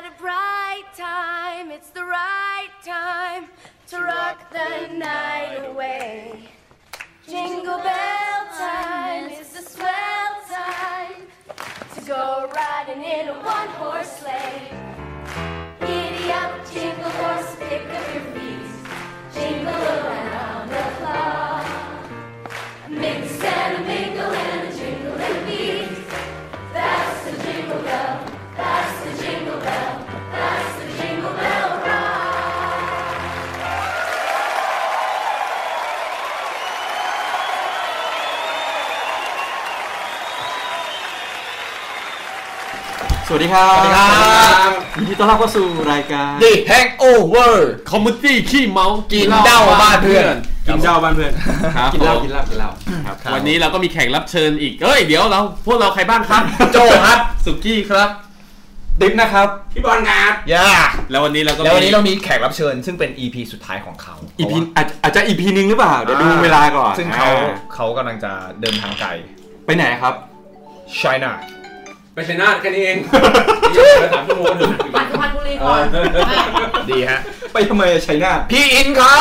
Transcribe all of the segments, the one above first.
a bright time, it's the right time to rock the night away. Jingle bell time, it's the swell time to go riding in a one-horse sleigh. Giddy up, jingle horse, pick up your feet, jingle around the clock. Mix and a mingle and a jingling beat. That's the jingle bell, that's the jingle bell, that's the jingle bell rock. สวัสดีครับสวัสดีครับยินดีต้อนรับเข้าสู่รายการ The Hangover Comedy ขี้เมากินเหล้าบ้านเพื่อนกินเหล้าบ้านเพื่อนครับกินเหล้าครับวันนี้เราก็มีแขกรับเชิญอีกเดี๋ยวพวกเราใครบ้างครับโจครับสุกี้ครับดิฟนะครับพี่บอลครับแล้ววันนี้เรามีแขกรับเชิญซึ่งเป็น EP สุดท้ายของเขา EP อาจจะ EP นึงหรือเปล่าเดี๋ยวดูเวลาก่อนซึ่งเขากำลังจะเดินทางไกลไปไหนครับ China ไปชัยนาทแค่นี้เองไป3 ชั่วโมงถึงไปสุพรรณบุรีก่อนดีฮะไปทำไมชัยนาทพี่อินครับ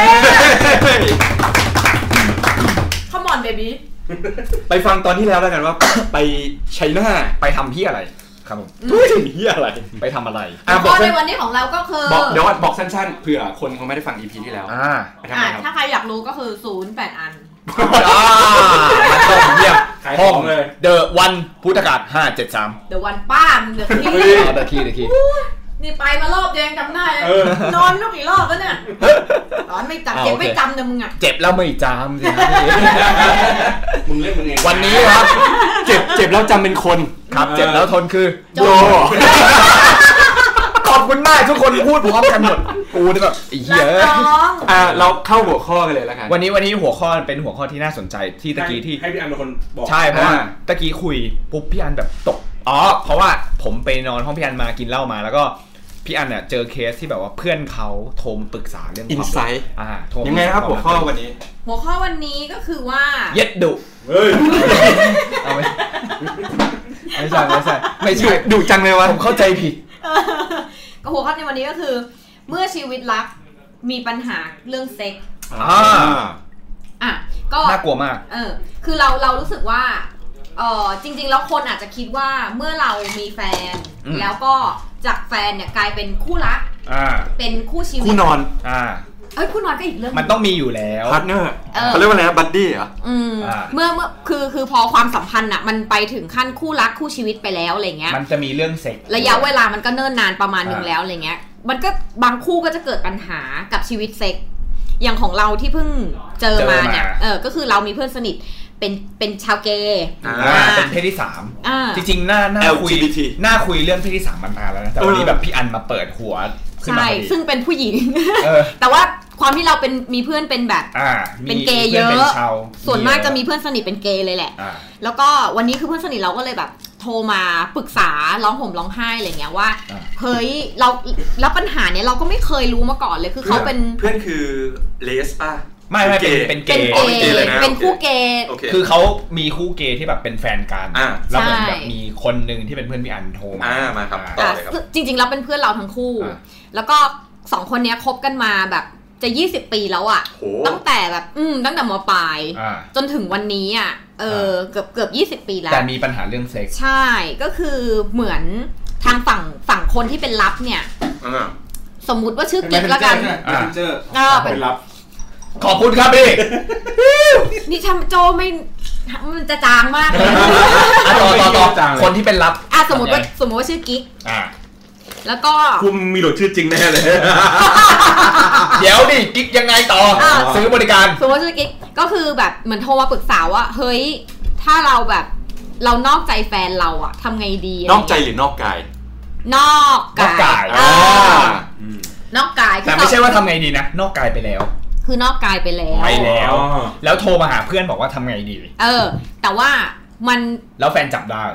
Come on baby ไปฟังตอนที่แล้วกันว่าไปชัยนาทไปทำที่อะไรครับผมที่อะไรไปทำอะไรบอกในวันนี้ของเราก็คือเดี๋ยวบอกสั้นๆเผื่อคนเขาไม่ได้ฟัง EP ที่แล้วถ้าใครอยากรู้ก็คือ08 อันมันต้องเยี่ยมห้องเลย The One พุทธกาล573 The One ป้ามThe Key นี่ไปมารอบเดียวจำได้เลยนอนลูกอีกรอบแล้วเนี่ยตอนไม่จำเจ็บไม่จำนะมึงอ่ะเจ็บแล้วไม่จำสิมึงเล่นมึงเองวันนี้ครับเจ็บแล้วจำเป็นคนครับเจ็บแล้วทนคือโจขอบคุณมากทุกคนพูดพร้อมกันหมดกูนี่แบบไอ้เหี้ยเราเข้าหัวข้อกันเลยแล้วกันวันนี้หัวข้อเป็นหัวข้อที่น่าสนใจที่ตะกี้ที่ให้พี่อันเป็นคนบอกใช่เพราะว่าตะกี้คุยปุ๊บพี่อันแบบตกเพราะว่าผมไปนอนห้องพี่อันมากินเหล้ามาแล้วก็พี่อันเนี่ยเจอเคสที่แบบว่าเพื่อนเขาโทรปรึกษาเรื่องอินไซต์ยังไงครับหัวข้อวันนี้ก็คือว่าเย็ดดุไม่ใช่ดุจังเลยวะผมเข้าใจผิดก็หัวข้อในวันนี้ก็คือเมื่อชีวิตรักมีปัญหาเรื่องเซ็กส์ก็น่ากลัวมากคือเรารู้สึกว่าจริงๆแล้วคนอาจจะคิดว่าเมื่อเรามีแฟนแล้วก็จากแฟนเนี่ยกลายเป็นคู่รักเป็นคู่ชีวิตคู่นอนคู่นอนก็อีกเรื่องมันต้องมีอยู่แล้วพาร์ทเนอร์เขาเรียกว่าอะไรนะบัดดี้เหรอเมื่อคือพอความสัมพันธ์อ่ะมันไปถึงขั้นคู่รักคู่ชีวิตไปแล้วอะไรเงี้ยมันจะมีเรื่องเซ็กระยะเวลามันก็เนิ่นนานประมาณนึงแล้วอะไรเงี้ยมันก็บางคู่ก็จะเกิดปัญหากับชีวิตเซ็กอย่างของเราที่เพิ่งเจอมาเนี่ยก็คือเรามีเพื่อนสนิทเป็นชาวเกย์เป็นเพศที่3จริงๆน่าคุยเรื่องเพศที่3มานานแล้วนะแต่วันนี้แบบพี่อันมาเปิดหัวใช่ซึ่งเป็นผู้หญิงแต่ว่าความที่เรามีเพื่อนเป็นแบบเป็นเกย์เยอะส่วนมากจะมีเพื่อนสนิทเป็นเกย์เลยแหละแล้วก็วันนี้คือเพื่อนสนิทเราก็เลยแบบโทรมาปรึกษาร้องห่มร้องไห้อะไรเงี้ยว่าเฮ้ยแล้วปัญหาเนี้ยเราก็ไม่เคยรู้มาก่อนเลยคือเขาเป็นเพื่อนคือเลสป่ะไม่เป็นเกย์เป็นคู่เกย์คือเขามีคู่เกย์ที่แบบเป็นแฟนกันแล้วเหมือนแบบมีคนนึงที่เป็นเพื่อนพี่อันโทรมาครับต่อเลยครับจริงๆแล้วเป็นเพื่อนเราทั้งคู่แล้วก็2คนนี้คบกันมาแบบจะ20 ปีแล้วอ่ะตั้งแต่แบบตั้งแต่ม.ปลายจนถึงวันนี้อ่ะเกือบ20 ปีแล้วแต่มีปัญหาเรื่องเซ็กส์ใช่ก็คือเหมือนทางฝั่งคนที่เป็นลับเนี่ยสมมุติว่าชื่อกิ๊กแล้วกันเป็นลับขอบคุณครับพี่นี่ทำโจไม่มันจะจางมากเลยต่อคนที่เป็นลับสมมติว่าชื่อกิ๊กแล้วก็คุณมีโหลดชื่อจริงแน่เลยเดี๋ยวดิกิ๊กยังไงต่อซื้อบริการสมมติว่าชื่อกิ๊กก็คือแบบเหมือนโทรมาปรึกษาว่าเฮ้ยถ้าเราแบบเรานอกใจแฟนเราอะทำไงดีนอกใจหรือนอกกายนอกกายนอกกายแต่ไม่ใช่ว่าทำไงดีนะนอกกายไปแล้วคือนอกกายไปแล้วโทรมาหาเพื่อนบอกว่าทำไงดีแต่ว่ามันแล้วแฟนจับได้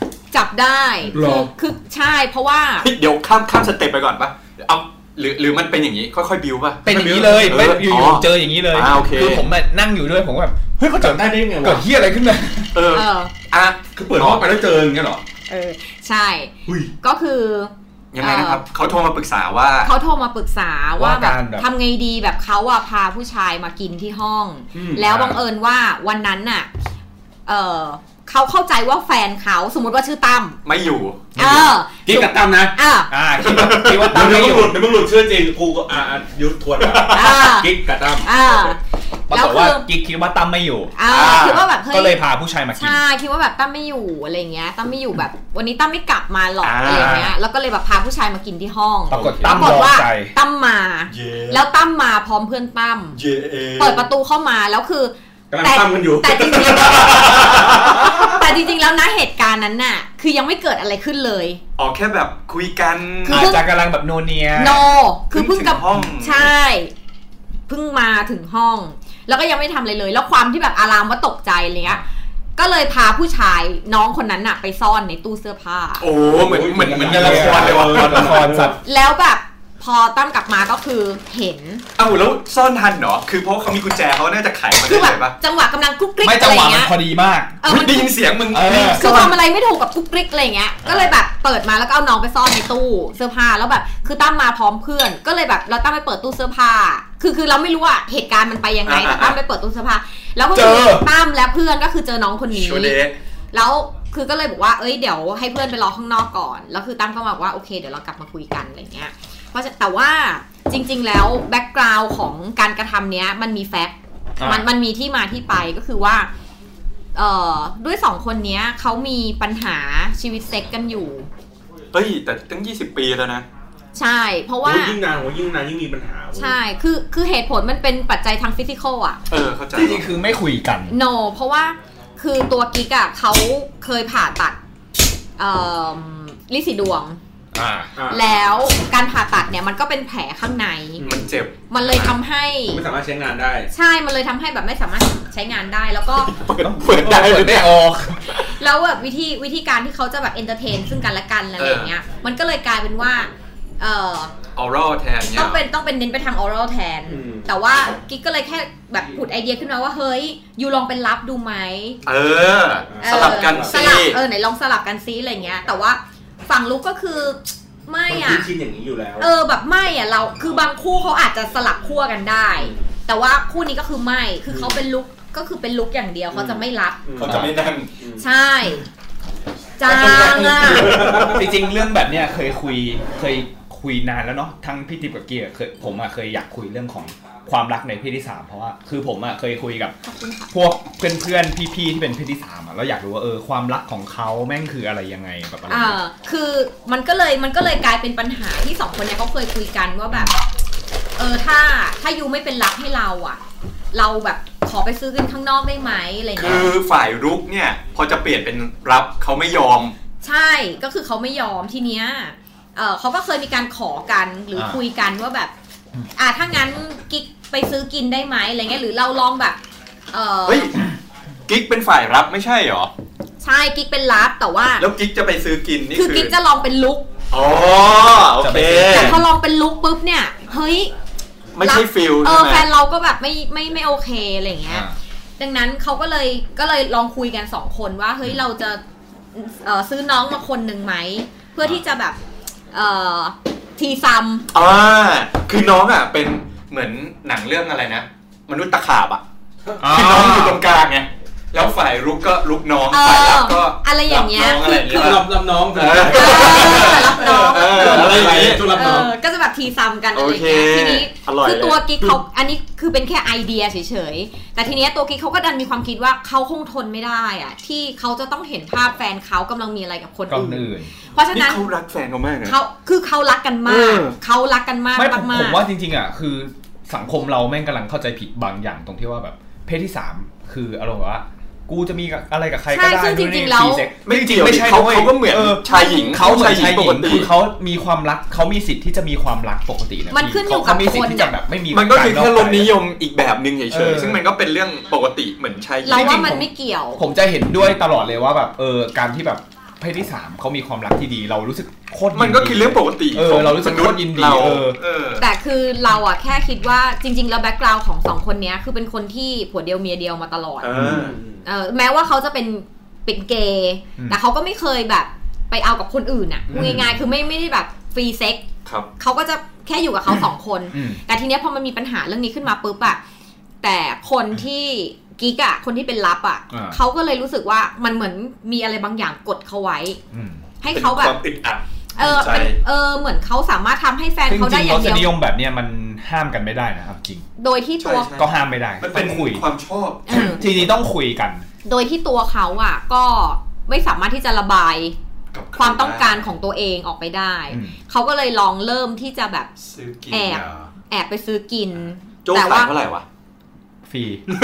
คือใช่เพราะว่าเดี๋ยวข้ามสเต็ปไปก่อนปะเอาหรือมันเป็นอย่างนี้ค่อยๆบิวป่ะเป็นอย่างนี้เลยไม่อยู่เจออย่างนี้เลยคือผมนั่งอยู่ด้วยผมแบบเฮ้ยเขาจับได้ได้ไงวะเกิดเหี้ยอะไรขึ้นเลยคือเปิดห้องไปแล้วเจออย่างเงี้ยหรอใช่ก็คือยังไงนะครับเขาโทรมาปรึกษาว่าแบบทำไงดีแบบเขาอะพาผู้ชายมากินที่ห้องแล้วบังเอิญว่าวันนั้นน่ะเขาเข้าใจว่าแฟนเขาสมมติว่าชื่อตั้มไม่อยู่กิ๊กกับตั้มนะคิดว่าตั้มไม่อยู่เดี๋ยวมึงหลุดชื่อจริงกูก็ยุดทวนกิ๊กกับตั้มปรากฏว่ากิ๊กคิดว่าตั้มไม่อยู่คิดว่าแบบก็เลยพาผู้ชายมากินใช่คิดว่าแบบตั้มไม่อยู่อะไรเงี้ยตั้มไม่อยู่แบบวันนี้ตั้มไม่กลับมาหรอกอะไรเงี้ยแล้วก็เลยแบบพาผู้ชายมากินที่ห้องปรากฏตั้มว่าตั้มมาแล้วตั้มมาพร้อมเพื่อนตั้มเปิดประตูเข้ามาแล้วคือแต่จริงๆแล้วนะเหตุการณ์นั้นน่ะคือยังไม่เกิดอะไรขึ้นเลยแค่แบบคุยกันอาจจะกำลังแบบโนเนียคือเพิ่งกับห้องใช่เพิ่งมาถึงห้องแล้วก็ยังไม่ทำอะไรเลยแล้วความที่แบบอารามว่าตกใจอะไรเงี้ยก็เลยพาผู้ชายน้องคนนั้นน่ะไปซ่อนในตู้เสื้อผ้าเหมือนในละครเลยว่ะละครสัตว์แล้วแบบพอตั้มกลับมาก็คือเห็นแล้วซ่อนทันเหรอคือเพราะเขามีกุญแจเขาน่าจะไขมาได้เลยปะจังหวะกำลังกุ๊กกิ๊กไม่จังหวะมันพอดีมากได้ยินเสียงมึงคือทำอะไรไม่ถูกกับกุ๊กกิ๊กอะไรเงี้ยก็เลยแบบเปิดมาแล้วก็เอาน้องไปซ่อนในตู้เสื้อผ้าแล้วแบบคือตั้มมาพร้อมเพื่อนก็เลยแบบเราตั้มไปเปิดตู้เสื้อผ้าคือเราไม่รู้ว่าเหตุการณ์มันไปยังไงแต่ตั้มไปเปิดตู้เสื้อผ้าแล้วก็คือตั้มและเพื่อนก็คือเจอน้องคนนี้แล้วคือก็เลยบอกว่าเดี๋ยวให้เพื่อนไปรอข้างนอกก่อนแล้วคือตั้มก็บอกว่าโอเคเดี๋ยวเรากลับมาคุยกันอะไรเงี้ยแต่ว่าจริงๆแล้วแบ็กกราวด์ของการกระทำเนี้ยมันมีแฟกต์มันมีที่มาที่ไปก็คือว่าด้วย2คนเนี้ยเขามีปัญหาชีวิตเซ็กกันอยู่แต่ตั้ง20 ปีแล้วนะใช่เพราะว่ายิ่งนานยิ่งมีปัญหาใช่คือเหตุผลมันเป็นปัจจัยทางฟิสิกอลอ่ะเข้าใจจริงๆคือไม่คุยกันเพราะว่าคือตัวกิ๊กอ่ะเขาเคยผ่าตัดลินสีดวงแล้วการผ่าตัดเนี่ยมันก็เป็นแผลข้างในมันเจ็บมันเลยทำให้ไม่สามารถใช้งานได้ใช่มันเลยทำให้แบบไม่สามารถใช้งานได้แล้วก็เปิดได้เลยไม่ออกแล้วแบบวิธีการที่เขาจะแบบเอนเตอร์เทนซึ่งกันและกันอะไรอย่างเงี้ยมันก็เลยกลายเป็นว่า oral แทนเนี่ยต้องเป็นเน้นไปทาง oral แทนแต่ว่ากิ๊กก็เลยแค่แบบผุดไอเดียขึ้นมาว่าเฮ้ยยูลองเป็นลับดูไหมสลับกันซิไหนลองสลับกันซิอะไรเงี้ยแต่ว่าฝั่งลุกก็คือไม่คิดอย่างนี้อยู่แล้วแบบไม่เราคือบางคู่เขาอาจจะสลับขั้วกันได้แต่ว่าคู่นี้ก็คือไม่คือเขาเป็นลุกก็คือเป็นลุกอย่างเดียวเขาจะไม่รับเขาจะไม่นั่งใช่จ้างจริงๆเรื่องแบบเนี้ยเคยคุยนานแล้วเนาะทั้งพี่ติ๊บกับเกียร์ผมเคยอยากคุยเรื่องของความรักในเพศที่3เพราะว่าคือผมเคยคุยกับพวกเพื่อนๆพี่ๆที่เป็นเพศที่3แล้วอยากรู้ว่าความรักของเขาแม่งคืออะไรยังไงแบบอะไรคือมันก็เลยกลายเป็นปัญหาที่2คนเนี่ยเขาเคยคุยกันว่าแบบถ้ายูไม่เป็นรักให้เราอ่ะเราแบบขอไปซื้อกันข้างนอกได้ไหมอะไรเงี้ยคือฝ่ายรุกเนี่ยพอจะเปลี่ยนเป็นรับเขาไม่ยอมใช่ก็คือเขาไม่ยอมทีเนี้ยเขาก็เคยมีการขอกันหรือคุยกันว่าแบบถ้างั้นกิ๊กไปซื้อกินได้ไหมอะไรเงี้ยหรือเราลองแบบเฮ้ยกิ๊กเป็นฝ่ายรับไม่ใช่หรอใช่กิ๊กเป็นรับแต่ว่าแล้วกิ๊กจะไปซื้อกินนี่คือกิ๊กจะลองเป็นลุกโอเคแต่พอลองเป็นลุกปุ๊บเนี่ยเฮ้ยไม่ใช่ฟิลใช่ไหมแฟนเราก็แบบไม่โอเคอะไรเงี้ยดังนั้นเขาก็เลยลองคุยกัน2คนว่าเฮ้ยเราจะซื้อน้องมาคนนึงไหมเพื่อที่จะแบบทีซัมคือน้องเป็นเหมือนหนังเรื่องอะไรนะมนุษย์ตะขาบคือน้องอยู่ตรงกลางไงแล้วฝ่ายรุกก็รุกน้องฝ่ายรับก็อะไรอย่างเงี้ยคือรับน้องรับน้องอะไรอย่างเงี้ยรับน้องก็จะแบบทีซัมกันอะไรอย่างเงี้ยทีนี้คือตัวกิ๊กเขาอันนี้คือเป็นแค่ไอเดียเฉยๆแต่ทีนี้ตัวกิ๊กเขาก็ดันมีความคิดว่าเขาคงทนไม่ได้ที่เขาจะต้องเห็นภาพแฟนเขากำลังมีอะไรกับคนอื่นเพราะฉะนั้นเขารักแฟนเขามากนะเขารักกันมากเขารักกันมากไม่ผมว่าจริงๆคือสังคมเราแม่งกำลังเข้าใจผิดบางอย่างตรงที่ว่าแบบเพศที่3คืออารมณ์ว่ากูจะมีอะไรกับใครก็ได้จริงๆแล้วไม่ใช่เขาก็เหมือนชายหญิงเขาเหมือนชายหญิงคือเขามีความรักเขามีสิทธิ์ที่จะมีความรักปกตินะมันขึ้นอยู่กับคนที่จะแบบไม่มีมันก็คือแค่รสนิยมอีกแบบนึงเฉยๆซึ่งมันก็เป็นเรื่องปกติเหมือนชายหญิงเราว่ามันไม่เกี่ยวผมจะเห็นด้วยตลอดเลยว่าแบบการที่แบบเพศที่3เขามีความรักที่ดีเรารู้สึกโคตรมันก็คือเรื่องปกติเรารู้สึกโคตรยินดีแต่คือเราแค่คิดว่าจริงๆแล้วแบ็คกราวด์ของ2คนนี้คือเป็นคนที่ผัวเดียวเมียเดียวมาตลอดแม้ว่าเขาจะเป็นเกย์แต่เขาก็ไม่เคยแบบไปเอากับคนอื่นง่ายๆคือไม่ได้แบบฟรีเซ็ก เขาก็จะแค่อยู่กับเขา2 คนแต่ทีเนี้ยพอมันมีปัญหาเรื่องนี้ขึ้นมาปุ๊บอะแต่คนที่กิ๊กอะคนที่เป็นลับอะเขาก็เลยรู้สึกว่ามันเหมือนมีอะไรบางอย่างกดเขาไว้ให้เขาแบบความอึดอัดเหมือนเขาสามารถทำให้แฟนเขาได้อย่างเดียวจริงๆรสนิยมแบบเนี้ยมันห้ามกันไม่ได้นะครับจริงโดยที่ตัวก็ห้ามไม่ได้มันเป็นคุยความชอบทีนี้ต้องคุยกันโดยที่ตัวเขาอะก็ไม่สามารถที่จะระบายความต้องการของตัวเองออกไปได้เขาก็เลยลองเริ่มที่จะแบบแอบไปซื้อกินแต่ว่าเท่าไหร่วะฟรี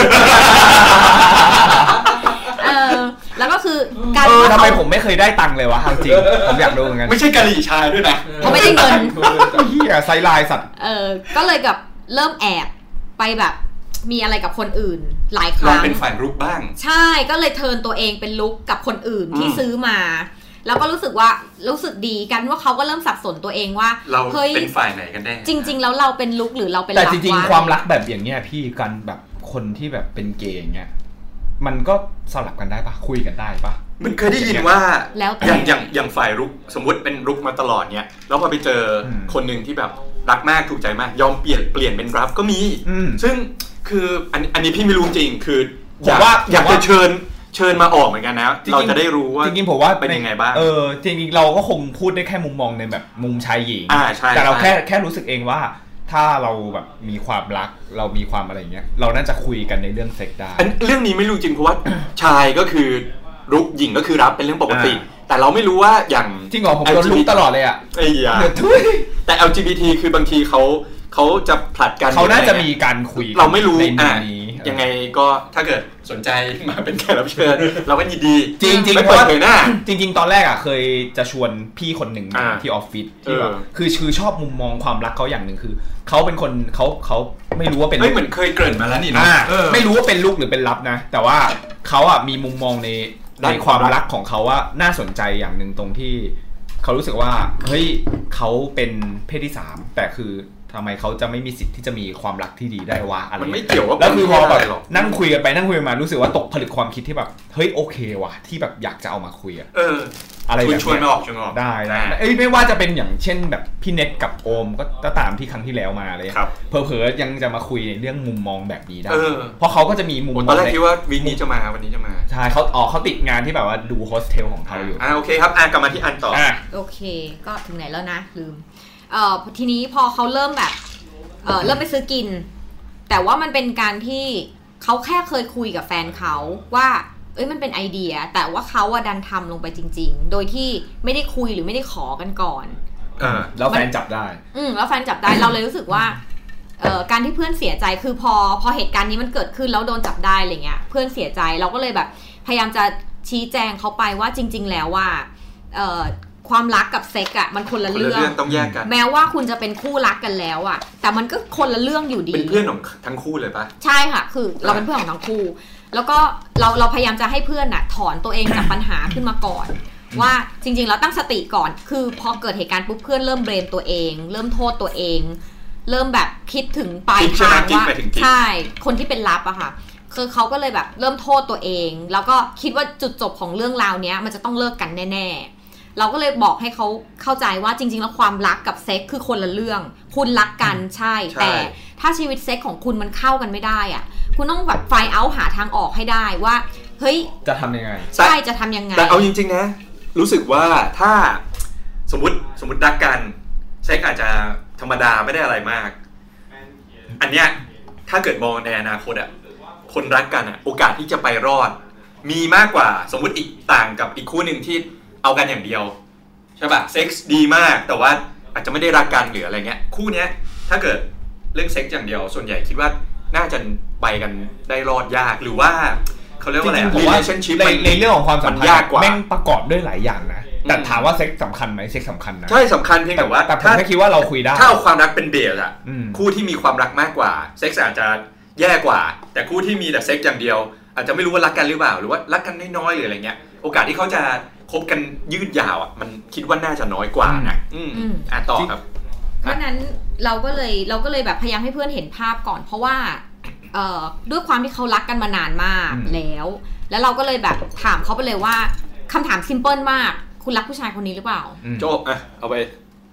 แล้วก็คือการทำไมผมไม่เคยได้ตังค์เลยวะจริงผมอยากรู้เหมือนกันไม่ใช่กะหรี่ชายด้วยนะเขาไม่ได้เงินเหี้ยไซไลน์สัตว์ก็เลยกับเริ่มแอบไปแบบมีอะไรกับคนอื่นหลายครั้งเราเป็นฝ่ายรุกบ้างใช่ก็เลยเทิร์นตัวเองเป็นลุกกับคนอื่นที่ซื้อมาแล้วก็รู้สึกดีกันว่าเขาก็เริ่มสับสนตัวเองว่าเราเป็นฝ่ายไหนกันแน่จริงๆแล้วเราเป็นลุกหรือเราเป็นแต่จริงๆความรักแบบอย่างเงี้ยพี่กันแบบคนที่แบบเป็นเกย์อย่างเงี้ยมันก็สลับกันได้ปะคุยกันได้ปะมันเคยได้ยินว่าอย่างฝ่ายรุกสมมติเป็นรุกมาตลอดเนี้ยแล้วพอไปเจอคนหนึ่งที่แบบรักมากถูกใจมากยอมเปลี่ยนเป็นรับก็มีซึ่งคืออันนี้พี่ไม่รู้จริงคือผมว่าอยากจะเชิญมาออกเหมือนกันนะเราจะได้รู้ว่าจริงๆผมว่าเป็นยังไงบ้างจริงๆเราก็คงพูดได้แค่มุมมองในแบบมุมชายหญิงแต่เราแค่รู้สึกเองว่าถ้าเราแบบมีความรักเรามีความอะไรเงี้ยเราน่าจะคุยกันในเรื่องเซ็กได้เรื่องนี้ไม่รู้จริงเพราะว่าชายก็คือรุกหญิงก็คือรับเป็นเรื่องปกติแต่เราไม่รู้ว่าอย่างจริงเหรอผมโดนรุกตลอดเลยอ่ะไอ้ยาแต่ LGBT คือบางทีเขาจะผลัดกันเขาน่าจะมีการคุยเราไม่รู้ยังไงก็ถ้าเกิดสนใจมาเป็นแขกรับเชิญเราก็ยินดีจริงๆเพราะว่าจริงๆตอนแรกอ่ะเคยจะชวนพี่คนหนึ่งที่ออฟฟิศที่แบบคือชอบมุมมองความรักเขาอย่างหนึ่งคือเขาเป็นคนเขาไม่รู้ว่าเป็นเหมือนเคยเกริ่นมาแล้วนี่นะไม่รู้ว่าเป็นลูกหรือเป็นลับนะแต่ว่าเขาอ่ะมีมุมมองในความรักของเขาว่าน่าสนใจอย่างหนึ่งตรงที่เขารู้สึกว่าเฮ้ยเขาเป็นเพศที่3แต่คือทำไมเขาจะไม่มีสิทธิ์ที่จะมีความรักที่ดีได้วะอะไรมันไม่เกี่ยวว่าแล้วคือพอแบบนั่งคุยกันไปนั่งคุยกันมารู้สึกว่าตกผลึกความคิดที่แบบเฮ้ยโอเคว่ะที่แบบอยากจะเอามาคุยอะไรแบบนี้ชวนออกได้ไม่ว่าจะเป็นอย่างเช่นแบบพี่เน็ตกับโอมก็ตามที่ครั้งที่แล้วมาเลยเผลอๆยังจะมาคุยในเรื่องมุมมองแบบนี้ได้เพราะเขาก็จะมีมุมมองตอนแรกคิดว่าวีคนี้จะมาวันนี้จะมาใช่เขาติดงานที่แบบว่าดูโฮสเทลของเขาอยู่โอเคครับกลับมาที่อันต่อโอเคก็ถึงไหนแล้วนะลืมทีนี้พอเขาเริ่มแบบเริ่มไปซื้อกินแต่ว่ามันเป็นการที่เขาแค่เคยคุยกับแฟนเขาว่ามันเป็นไอเดียแต่ว่าเขาดันทำลงไปจริงๆโดยที่ไม่ได้คุยหรือไม่ได้ขอกันก่อนแล้วแฟนจับได้แล้วแฟนจับได้เราเลยรู้สึกว่าการที่เพื่อนเสียใจคือพอเหตุการณ์นี้มันเกิดขึ้นแล้วโดนจับได้อะไรเงี้ยเพื่อนเสียใจเราก็เลยแบบพยายามจะชี้แจงเขาไปว่าจริงๆแล้วว่าความรักกับเซ็กมันคนละเรื่องต้องแยกกันแม้ว่าคุณจะเป็นคู่รักกันแล้วแต่มันก็คนละเรื่องอยู่ดีเป็นเพื่อนของทั้งคู่เลยปะใช่ค่ะคือเราเป็นเพื่อนของทั้งคู่แล้วก็เราพยายามจะให้เพื่อนถอนตัวเองจากปัญหาขึ้นมาก่อนว่าจริงๆเราตั้งสติก่อนคือพอเกิดเหตุการณ์ปุ๊บเพื่อนเริ่มเบรมตัวเองเริ่มโทษตัวเองเริ่มแบบคิดถึงปลายทางว่าใช่คนที่เป็นลับอะค่ะคือเขาก็เลยแบบเริ่มโทษตัวเองแล้วก็คิดว่าจุดจบของเรื่องราวนี้มันจะต้องเลิกกันแน่ๆเราก็เลยบอกให้เขาเข้าใจว่าจริงๆแล้วความรักกับเซ็กคือคนละเรื่องคุณรักกันใช่แต่ถ้าชีวิตเซ็กของคุณมันเข้ากันไม่ได้อะคุณต้องแบบไฟเอาหาทางออกให้ได้ว่าเฮ้ยจะทำยังไงใช่จะทำยังไงแต่เอาจริงๆนะรู้สึกว่าถ้าสมมติรักกันเซ็กอาจจะธรรมดาไม่ได้อะไรมากอันเนี้ยถ้าเกิดมองในอนาคตคนรักกันโอกาสที่จะไปรอดมีมากกว่าสมมติอีกต่างกับอีกคู่หนึ่งที่เอากันอย่างเดียวใช่ป่ะเซ็กส์ดีมากแต่ว่าอาจจะไม่ได้รักกันหรืออะไรเงี้ยคู่เนี้ยถ้าเกิดเรื่องเซ็กส์อย่างเดียวส่วนใหญ่คิดว่าน่าจะไปกันได้รอดยากหรือว่าเขาเรียกว่าอะไร relationship ในเรื่องของความสัมพันธ์แม่งประกอบด้วยหลายอย่างนะแต่ถามว่าเซ็กส์สำคัญไหมเซ็กส์สำคัญนะใช่สำคัญเพียงแต่ว่าผมแค่คิดว่าเราคุยได้ถ้าเอาความรักเป็นเบสคู่ที่มีความรักมากกว่าเซ็กส์อาจจะแย่กว่าแต่คู่ที่มีแต่เซ็กส์อย่างเดียวอาจจะไม่รู้ว่ารักกันหรือเปล่าหรือว่ารักกันน้อยๆหรืออะไรเงี้ยโอกาสที่เขาจะคบกันยืดยาวมันคิดว่าน่าจะน้อยกว่านะต่อครับเพราะนั้นเราก็เลยแบบพยายามให้เพื่อนเห็นภาพก่อนเพราะว่าด้วยความที่เขารักกันมานานมากแล้วเราก็เลยแบบถามเขาไปเลยว่าคำถามซิมเปิลมากคุณรักผู้ชายคนนี้หรือเปล่าจบเอาไป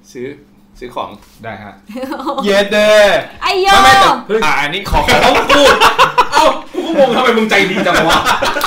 ซื้อของได้ฮะเย็ดเด้ไอ้โยไม่แต่อันนี้ขอต้องพูดกูก็งงทำไมมึงใจดีจังวะ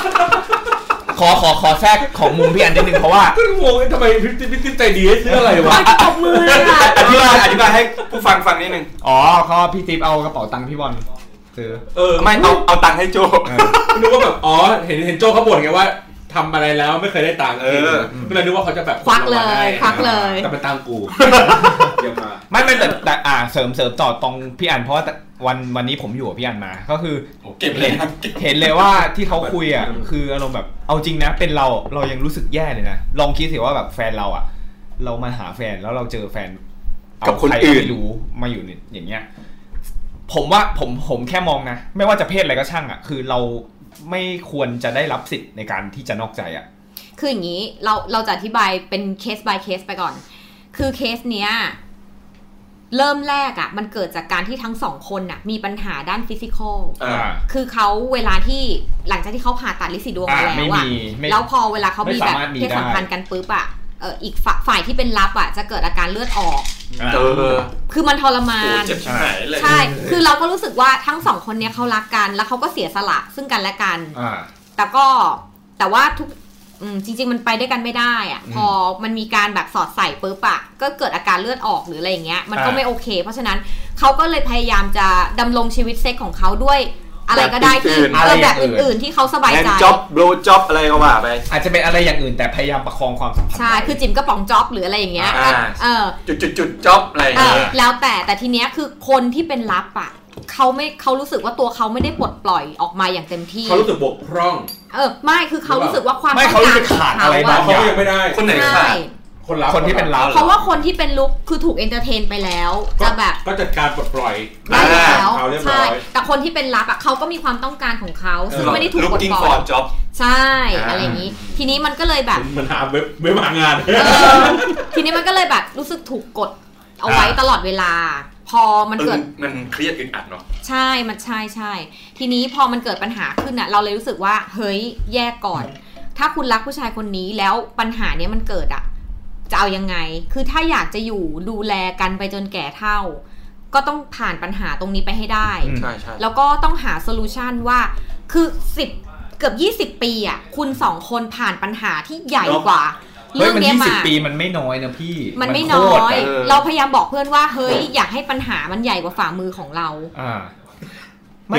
ขอแทรกของมุมพี่อันนิดนึงเพราะว่าก็งงทำไมพี่ใจดีซื้ออะไรวะตบมือเลยค่ะอธิบายให้ผู้ฟังนิดนึงเขาพี่ติ๊บเอากระเป๋าตังค์พี่บอลซื้อไม่เอาตังค์ให้โจนึกว่าแบบเห็นโจเขาบ่นไงว่าทำอะไรแล้วไม่เคยได้ตังค์ก็เลยนึกว่าเขาจะแบบควักเลยแต่เป็นตังค์กูเดี๋ยวมาไม่แต่เสริมต่อตรงพี่อันเพราะว่าวันนี้ผมอยู่กับพี่อันมาก็คือเก็บเลยเห็นเลยว่าที่เขาคุยอ่ะคืออารมณ์แบบเอาจริงนะเป็นเรายังรู้สึกแย่เลยนะลองคิดสิว่าแบบแฟนเราอ่ะเรามาหาแฟนแล้วเราเจอแฟนกับคนอื่นไม่รู้มาอยู่อย่างเงี้ยผมว่าผมแค่มองนะไม่ว่าจะเพศอะไรก็ช่างอ่ะคือเราไม่ควรจะได้รับสิทธิ์ในการที่จะนอกใจอ่ะคืออย่างนี้เราจะอธิบายเป็นเคส by เคสไปก่อนคือเคสเนี้ยเริ่มแรกอ่ะมันเกิดจากการที่ทั้งสองคนน่ะมีปัญหาด้านฟิสิกอลคือเขาเวลาที่หลังจากที่เขาผ่าตัดลินสีดวงมาแล้วอ่ะแล้วพอเวลาเขามีแบบเพศสัมพันธ์กันปุ๊บอ่ะอีกฝ่ายที่เป็นรับอ่ะจะเกิดอาการเลือดออกคือมันทรมานใช่คือเราก็รู้สึกว่าทั้งสองคนเนี้ยเขารักกันแล้วเขาก็เสียสละซึ่งกันและกันแต่ว่าทุกจริงๆมันไปด้วยกันไม่ได้อ่ะพอมันมีการแบบสอดใส่ปุ๊บอ่ะก็เกิดอาการเลือดออกหรืออะไรอย่างเงี้ยมันก็ไม่โอเคเพราะฉะนั้นเขาก็เลยพยายามจะดำรงชีวิตเซ็กของเขาด้วยอะไรก็ได้ที่แบบอื่นๆที่เขาสบายใจจ็อบโบรจ็อบอะไรก็ว่าไปอาจจะเป็นอะไรอย่างอื่นแต่พยายามประคองความสัมพันธ์ใช่คือจิ๋มกระป๋องจ็อบหรืออะไรอย่างเงี้ยจุดจ็อบอะไรแล้วแต่ทีเนี้ยคือคนที่เป็นลับอ่ะเขารู้สึกว่าตัวเขาไม่ได้ปลดปล่อยออกมาอย่างเต็มที่เขารู้สึกบกพร่องไม่คือเขารู้สึกว่าความต้องการขาดอะไรบางอย่างเขายังไม่ได้คนไหนขาดคนที่เป็นลับเพราะว่าคนที่เป็นลุกคือถูกเอนเตอร์เทนไปแล้วจะแบบก็จัดการปลดปล่อยได้แล้วใช่แต่คนที่เป็นลับอ่ะเขาก็มีความต้องการของเขาซึ่งไม่ได้ถูกปลดปล่อยใช่อะไรอย่างนี้ทีนี้มันก็เลยแบบมันหาไม่มางานทีนี้มันก็เลยแบบรู้สึกถูกกดเอาไว้ตลอดเวลาพอมันเกิดมันเครียดอึดอัดเนาะใช่มันใช่ทีนี้พอมันเกิดปัญหาขึ้นอ่ะเราเลยรู้สึกว่าเฮ้ยแยกก่อนถ้าคุณรักผู้ชายคนนี้แล้วปัญหาเนี้ยมันเกิดอ่ะจะเอายังไงคือถ้าอยากจะอยู่ดูแลกันไปจนแก่เฒ่าก็ต้องผ่านปัญหาตรงนี้ไปให้ได้แล้วก็ต้องหาโซลูชันว่าคือเกือบ20 ปีอ่ะคุณ2คนผ่านปัญหาที่ใหญ่กว่าเรื่องนี้มา20 ปีมันไม่น้อยนะพี่มันไม่น้อยเราพยายามบอกเพื่อนว่าเฮ้ยอยากให้ปัญหามันใหญ่กว่าฝ่ามือของเราไม่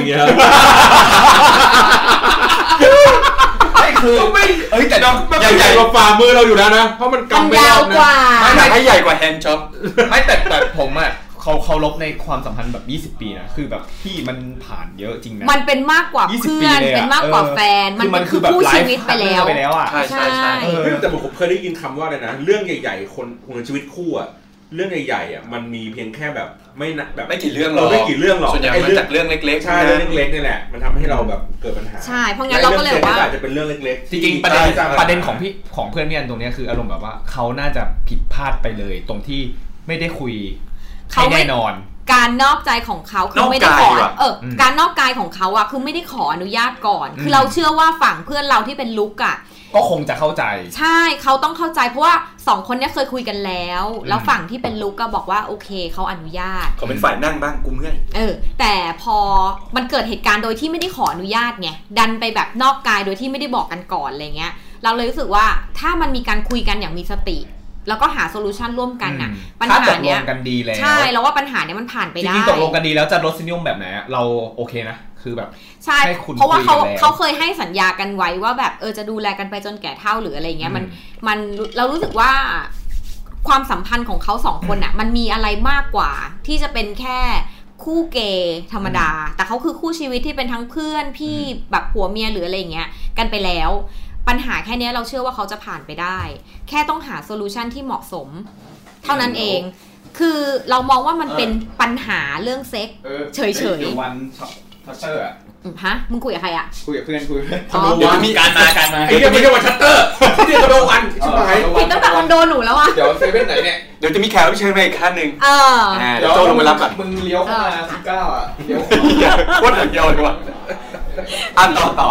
คือไม่แต่ใหญ่กว่าฝ่ามือเราอยู่แล้วนะเพราะมันกำไม่ได้นะไม่ให้ใหญ่กว่าแฮนด์ช็อปไม่แต่ผมอ่ะเขาลบในความสัมพันธ์แบบ20 ปีนะคือแบบพี่มันผ่านเยอะจริงนะมันเป็นมากกว่าเพื่อนเป็นมากกว่าแฟนมันคือคู่ชีวิตไปแล้วอ่ะใช่แต่ผมเคยได้ยินคำว่าอะไรนะเรื่องใหญ่ๆคนชีวิตคู่อ่ะเรื่องใหญ่ๆอ่ะมันมีเพียงแค่แบบไม่กี่เรื่องหรอกส่วนใหญ่มาจากเรื่องเล็กๆใช่เรื่องเล็กๆนี่แหละมันทำให้เราแบบเกิดปัญหาใช่เพราะงั้นเราก็เลยว่าอาจจะเป็นเรื่องเล็กๆจริงๆประเด็นของเพื่อนพี่อันตรงนี้คืออารมณ์แบบว่าเขาน่าจะผิดพลาดไปเลยตรงที่ไม่ได้คุยให้แน่นอนการนอกใจของเขาคือไม่ได้ขอการนอกกายของเขาอ่ะคือไม่ได้ขออนุญาตก่อนคือเราเชื่อว่าฝั่งเพื่อนเราที่เป็นลุกอ่ะก็คงจะเข้าใจใช่เขาต้องเข้าใจเพราะว่า2คนนี้เคยคุยกันแล้วฝั่งที่เป็นลุกก็บอกว่าโอเคเขาอนุญาตเขาเป็นฝ่ายนั่งบ้างกูเมื่อยแต่พอมันเกิดเหตุการณ์โดยที่ไม่ได้ขออนุญาตไงดันไปแบบนอกกายโดยที่ไม่ได้บอกกันก่อนอะไรเงี้ยเราเลยรู้สึกว่าถ้ามันมีการคุยกันอย่างมีสติแล้วก็หาโซลูชันร่วมกันน่ะปัญหาเนี้ยกันดีแล้วใช่แล้วว่าปัญหาเนี้ยมันผ่านไปได้จริงๆตกลงกันดีแล้วจะรสนิยมแบบไหนเราโอเคนะคือแบบใช่เพราะว่าเขาเคยให้สัญญากันไว้ว่าแบบจะดูแลกันไปจนแก่เฒ่าหรืออะไรเงี้ยมันเรารู้สึกว่าความสัมพันธ์ของเขา2คนน่ะมันมีอะไรมากกว่าที่จะเป็นแค่คู่เกย์ธรรมดาแต่เขาคือคู่ชีวิตที่เป็นทั้งเพื่อนพี่แบบผัวเมียหรืออะไรเงี้ยกันไปแล้วปัญหาแค่นี้เราเชื่อว่าเขาจะผ่านไปได้แค่ต้องหาโซลูชันที่เหมาะสมเท่านั้นเองคือเรามองว่ามันเป็นปัญหาเรื่องเซ็กเฉยๆวันชัตเตอร์ฮะมึงคุยกับใครอ่ะคุยกับเพื่อนเดี๋ยวมีการมาไอ้เรื่องไม่ใช่วันชัตเตอร์ที่คอนโดวันใช่ไหมปิดตั้งแต่คอนโดหนูแล้วอ่ะเดี๋ยวเซเว่นไหนเนี่ยเดี๋ยวจะมีแขกรับเชิญมาอีกท่านนึงเดี๋ยวโจลงมารับมึงเลี้ยวเข้ามา19อ่ะเลี้ยวโคตรเดียวเลยว่ะต่อ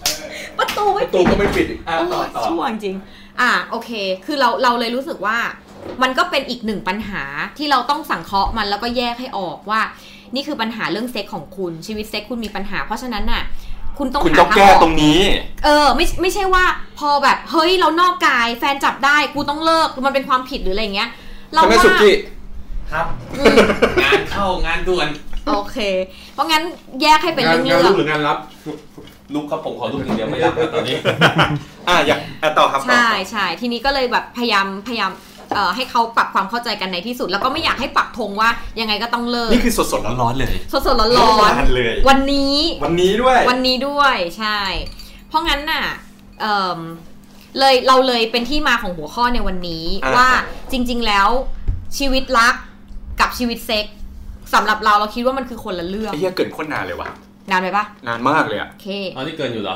ประตูก็ไม่ปิดต่อช่วงจริงโอเคคือเราเลยรู้สึกว่ามันก็เป็นอีกหนึ่งปัญหาที่เราต้องสังเคราะห์มันแล้วก็แยกให้ออกว่านี่คือปัญหาเรื่องเซ็กของคุณชีวิตเซ็กคุณมีปัญหาเพราะฉะนั้นน่ะคุณต้องแก้ตรงนี้ไม่ใช่ว่าพอแบบเฮ้ยเรานอกกายแฟนจับได้กูต้องเลิกมันเป็นความผิดหรืออะไรเงี้ยเราว่าครับงานเข้างานด่วนโอเคเพราะงั้นแยกให้เป็นเรื่องงานลุกหรืองานรับลุกครับผมขอลุกอย่างเดียวไม่รับตอนนี้อยากต่อครับใช่ทีนี้ก็เลยแบบพยายามให้เขาปรับความเข้าใจกันในที่สุดแล้วก็ไม่อยากให้ปักธงว่ายังไงก็ต้องเลิกนี่คือสดๆร้อนๆเลยสดๆร้อนๆเลยวันนี้ด้วยใช่เพราะงั้นน่ะเลยเราเลยเป็นที่มาของหัวข้อในวันนี้ว่าจริงๆแล้วชีวิตรักกับชีวิตเซ็กสำหรับเราคิดว่ามันคือคนละเรื่องไอ้เหี้ยเกินโคตรนานเลยว่ะนานไปปะนานมากเลยอ่ะโอเคนี่เกินอยู่เหรอ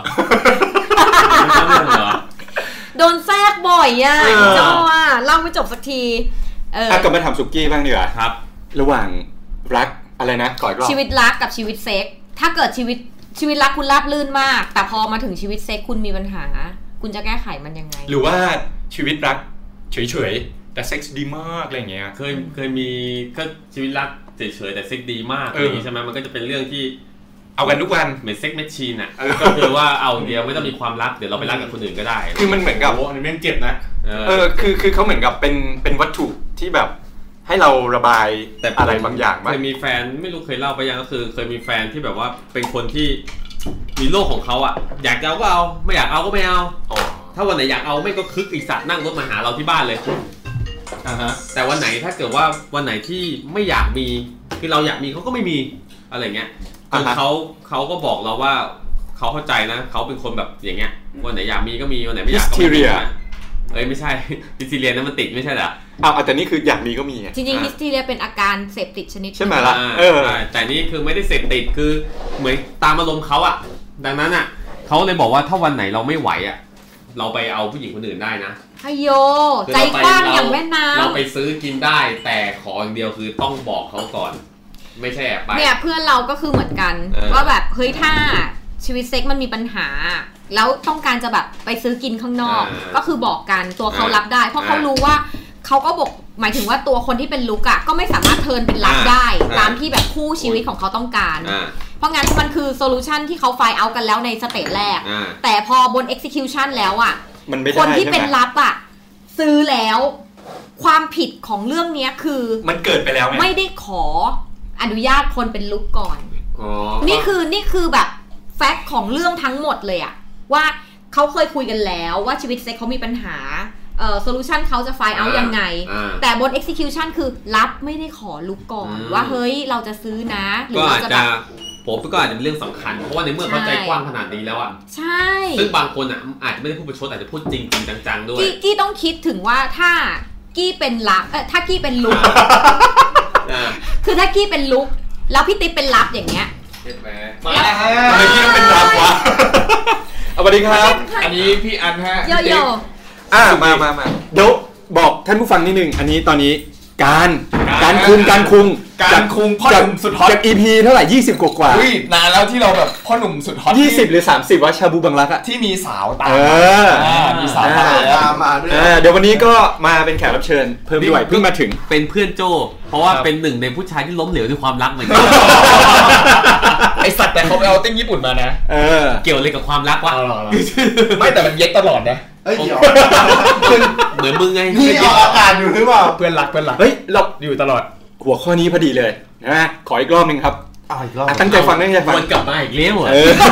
โดนแทรกบ่อยอ่ะจ้าเล่าไม่จบสักทีกลับมาทำสุกี้บ้างดีกว่าครับระหว่างรักอะไรนะก่อนรอบชีวิตรักกับชีวิตเซ็กถ้าเกิดชีวิตรักคุณราบรื่นมากแต่พอมาถึงชีวิตเซ็กคุณมีปัญหาคุณจะแก้ไขมันยังไงหรือว่าชีวิตรักเฉยๆแต่เซ็กส์ดีมากอะไรเงี้ยเคยมีก็ชีวิตรักเฉยๆแต่เซ็กดีมากอย่างนี้ใช่ไหมมันก็จะเป็นเรื่องที่เอากันทุกวันเหมือนเซ็กแมชชีนอ่ะก็คือว่าเอาเดียวไม่ต้องมีความรักเดี๋ยวเราไปรักกับคนอื่นก็ได้คือมันเหมือนกับอันนี้แม่งเจ็บนะคือเขาเหมือนกับเป็นวัตถุที่แบบให้เราระบายแต่อะไรบางอย่างเคยมีแฟนไม่รู้เคยเล่าไปยังก็คือเคยมีแฟนที่แบบว่าเป็นคนที่มีโลกของเขาอ่ะอยากจะเอาก็เอาไม่อยากเอาก็ไม่เอาถ้าวันไหนอยากเอาไม่ก็คึกอีสัตว์นั่งรถมาหาเราที่บ้านเลยแต่วันไหนถ้าเกิดว่าวันไหนที่ไม่อยากมีคือเราอยากมีเขาก็ไม่มีอะไรเงี้ยเขาก็บอกเราว่าเขาเข้าใจนะเขาเป็นคนแบบอย่างเงี้ยวันไหนอยากมีก็มีวันไหนไม่อยากก็ไม่มีไม่ใช่ฮิสทีเรียนั้นมันติดไม่ใช่เหรอแต่นี่คืออยากมีก็มีจริงๆฮิสทีเรียเป็นอาการเสพติดชนิดใช่ไหมล่ะแต่นี่คือไม่ได้เสพติดคือเหมือนตามอารมณ์เขาอ่ะดังนั้นอ่ะเขาเลยบอกว่าถ้าวันไหนเราไม่ไหวอ่ะเราไปเอาผู้หญิงคนอื่นได้นะฮโยใจกว้างอย่างแม่น้ำเราไปซื้อกินได้แต่ขออย่างเดียวคือต้องบอกเขาก่อนไม่ใช่ไปเนี่ยเพื่อนเราก็คือเหมือนกันว่าแบบเฮ้ยถ้าชีวิตเซ็กมันมีปัญหาแล้วต้องการจะแบบไปซื้อกินข้างนอกก็คือบอกกันตัวเขารับได้เพราะเขารู้ว่าเขาก็บอกหมายถึงว่าตัวคนที่เป็นลุกอ่ะก็ไม่สามารถเทิร์นเป็นรับได้ตามที่แบบคู่ชีวิตของเขาต้องการเพราะงั้นมันคือโซลูชันที่เขาไฟล์เอากันแล้วในสเตจแรกแต่พอบน execution แล้วอ่ะคนที่เป็นรับอ่ะซื้อแล้วความผิดของเรื่องนี้คือมันเกิดไปแล้วไม่ได้ขออนุญาตคนเป็นลุกก่อนนี่คือแบบแฟกต์ของเรื่องทั้งหมดเลยอะว่าเขาเคยคุยกันแล้วว่าชีวิตเซ็กเขามีปัญหาโซลูชันเขาจะไฟล์เอายังไงแต่บน execution คือรับไม่ได้ขอลุกก่อนว่าเฮ้ยเราจะซื้อนะหรือเราจะแบบผมก็อาจจะเป็นเรื่องสำคัญเพราะว่าในเมื่อเขาใจกว้างขนาดนี้แล้วอ่ะใช่ซึ่งบางคนอ่ะอาจจะไม่ได้พูดประชดอาจจะพูดจริงจริงจังๆด้วยกี้ต้องคิดถึงว่าถ้ากี้เป็นลับถ้ากี้เป็นลุกคือถ้ากี้เป็นลุกแล้วพี่ติ๊บเป็นลับอย่างเงี้ยมาแล้วทำไมพี่ต้องเป็นลับวะสวัสดีครับอันนี้พี่อันฮะโยโย่มาเดี๋ยวบอกท่านผู้ฟังนิดนึงอันนี้ตอนนี้การคุงพ่อหนุ่มสุดฮอตจาก EP เท่าไหร่20กว่าอุ้ยนานแล้วที่เราแบบพ่อหนุ่มสุดฮอต 20หรือ30ว่าชาบูบังรักอะที่มีสาวตามมีสาวตามมาด้วยเดี๋ยววันนี้ก็มาเป็นแขกรับเชิญเพิ่มด้วยเพิ่งมาถึงเป็นเพื่อนโจเพราะว่าเป็นหนึ่งในผู้ชายที่ล้มเหลวด้วยความรักเหมือนกันไอสัตว์แต่เขาไปเอาติ้งญี่ปุ่นมานะเกี่ยวอะไรกับความรักวะไม่แต่มันเย็กตลอดนะเหมือนมึงไงนี่ออกอากาศอยู่หรือเปล่าเพื่อนรักเฮ้ยเราอยู่ตลอดหัวข้อนี้พอดีเลยนะขออีกรอบนึงครับอีกรอบตั้งใจฟังวนกลับมาอีกเลี้ยว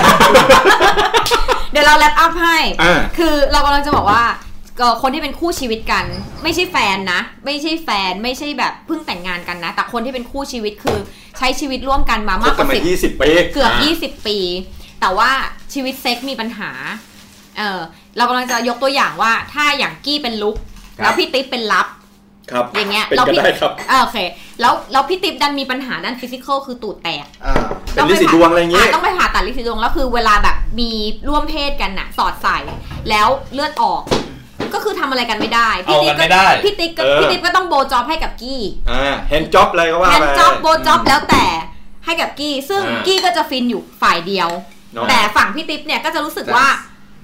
เดี๋ยวเราแรปอัพให้คือเรากำลังจะบอกว่าคนที่เป็นคู่ชีวิตกันไม่ใช่แฟนนะไม่ใช่แฟนไม่ใช่แบบเพิ่งแต่งงานกันนะแต่คนที่เป็นคู่ชีวิตคือใช้ชีวิตร่วมกันมามากกว่า 20 ปีเกือบ20 ปีแต่ว่าชีวิตเซ็กมีปัญหาเรากำลังจะยกตัวอย่างว่าถ้าอย่างกี้เป็นลุกแล้วพี่ติ๊บเป็นลับอย่างเงี้ยเราพี่โอเคแล้วพี่ติ๊บดันมีปัญหาด้านฟิสิกอลคือตูดแตกเป็นลินสีดวงอะไรเงี้ยต้องไปผ่าตัดลินสีดวงแล้วคือเวลาแบบมีร่วมเพศกันน่ะสอดใส่แล้วเลือดออกก็คือทำอะไรกันไม่ได้พี่ติ๊บก็ต้องโบจ็อบให้กับกี้แฮนด์จ็อบอะไรก็ว่าไปแฮนด์จ็อบโบจ็อบแล้วแต่ให้กับกี้ซึ่งกี้ก็จะฟินอยู่ฝ่ายเดียวแต่ฝั่งพี่ติ๊บเนี่ยก็จะรู้สึกว่า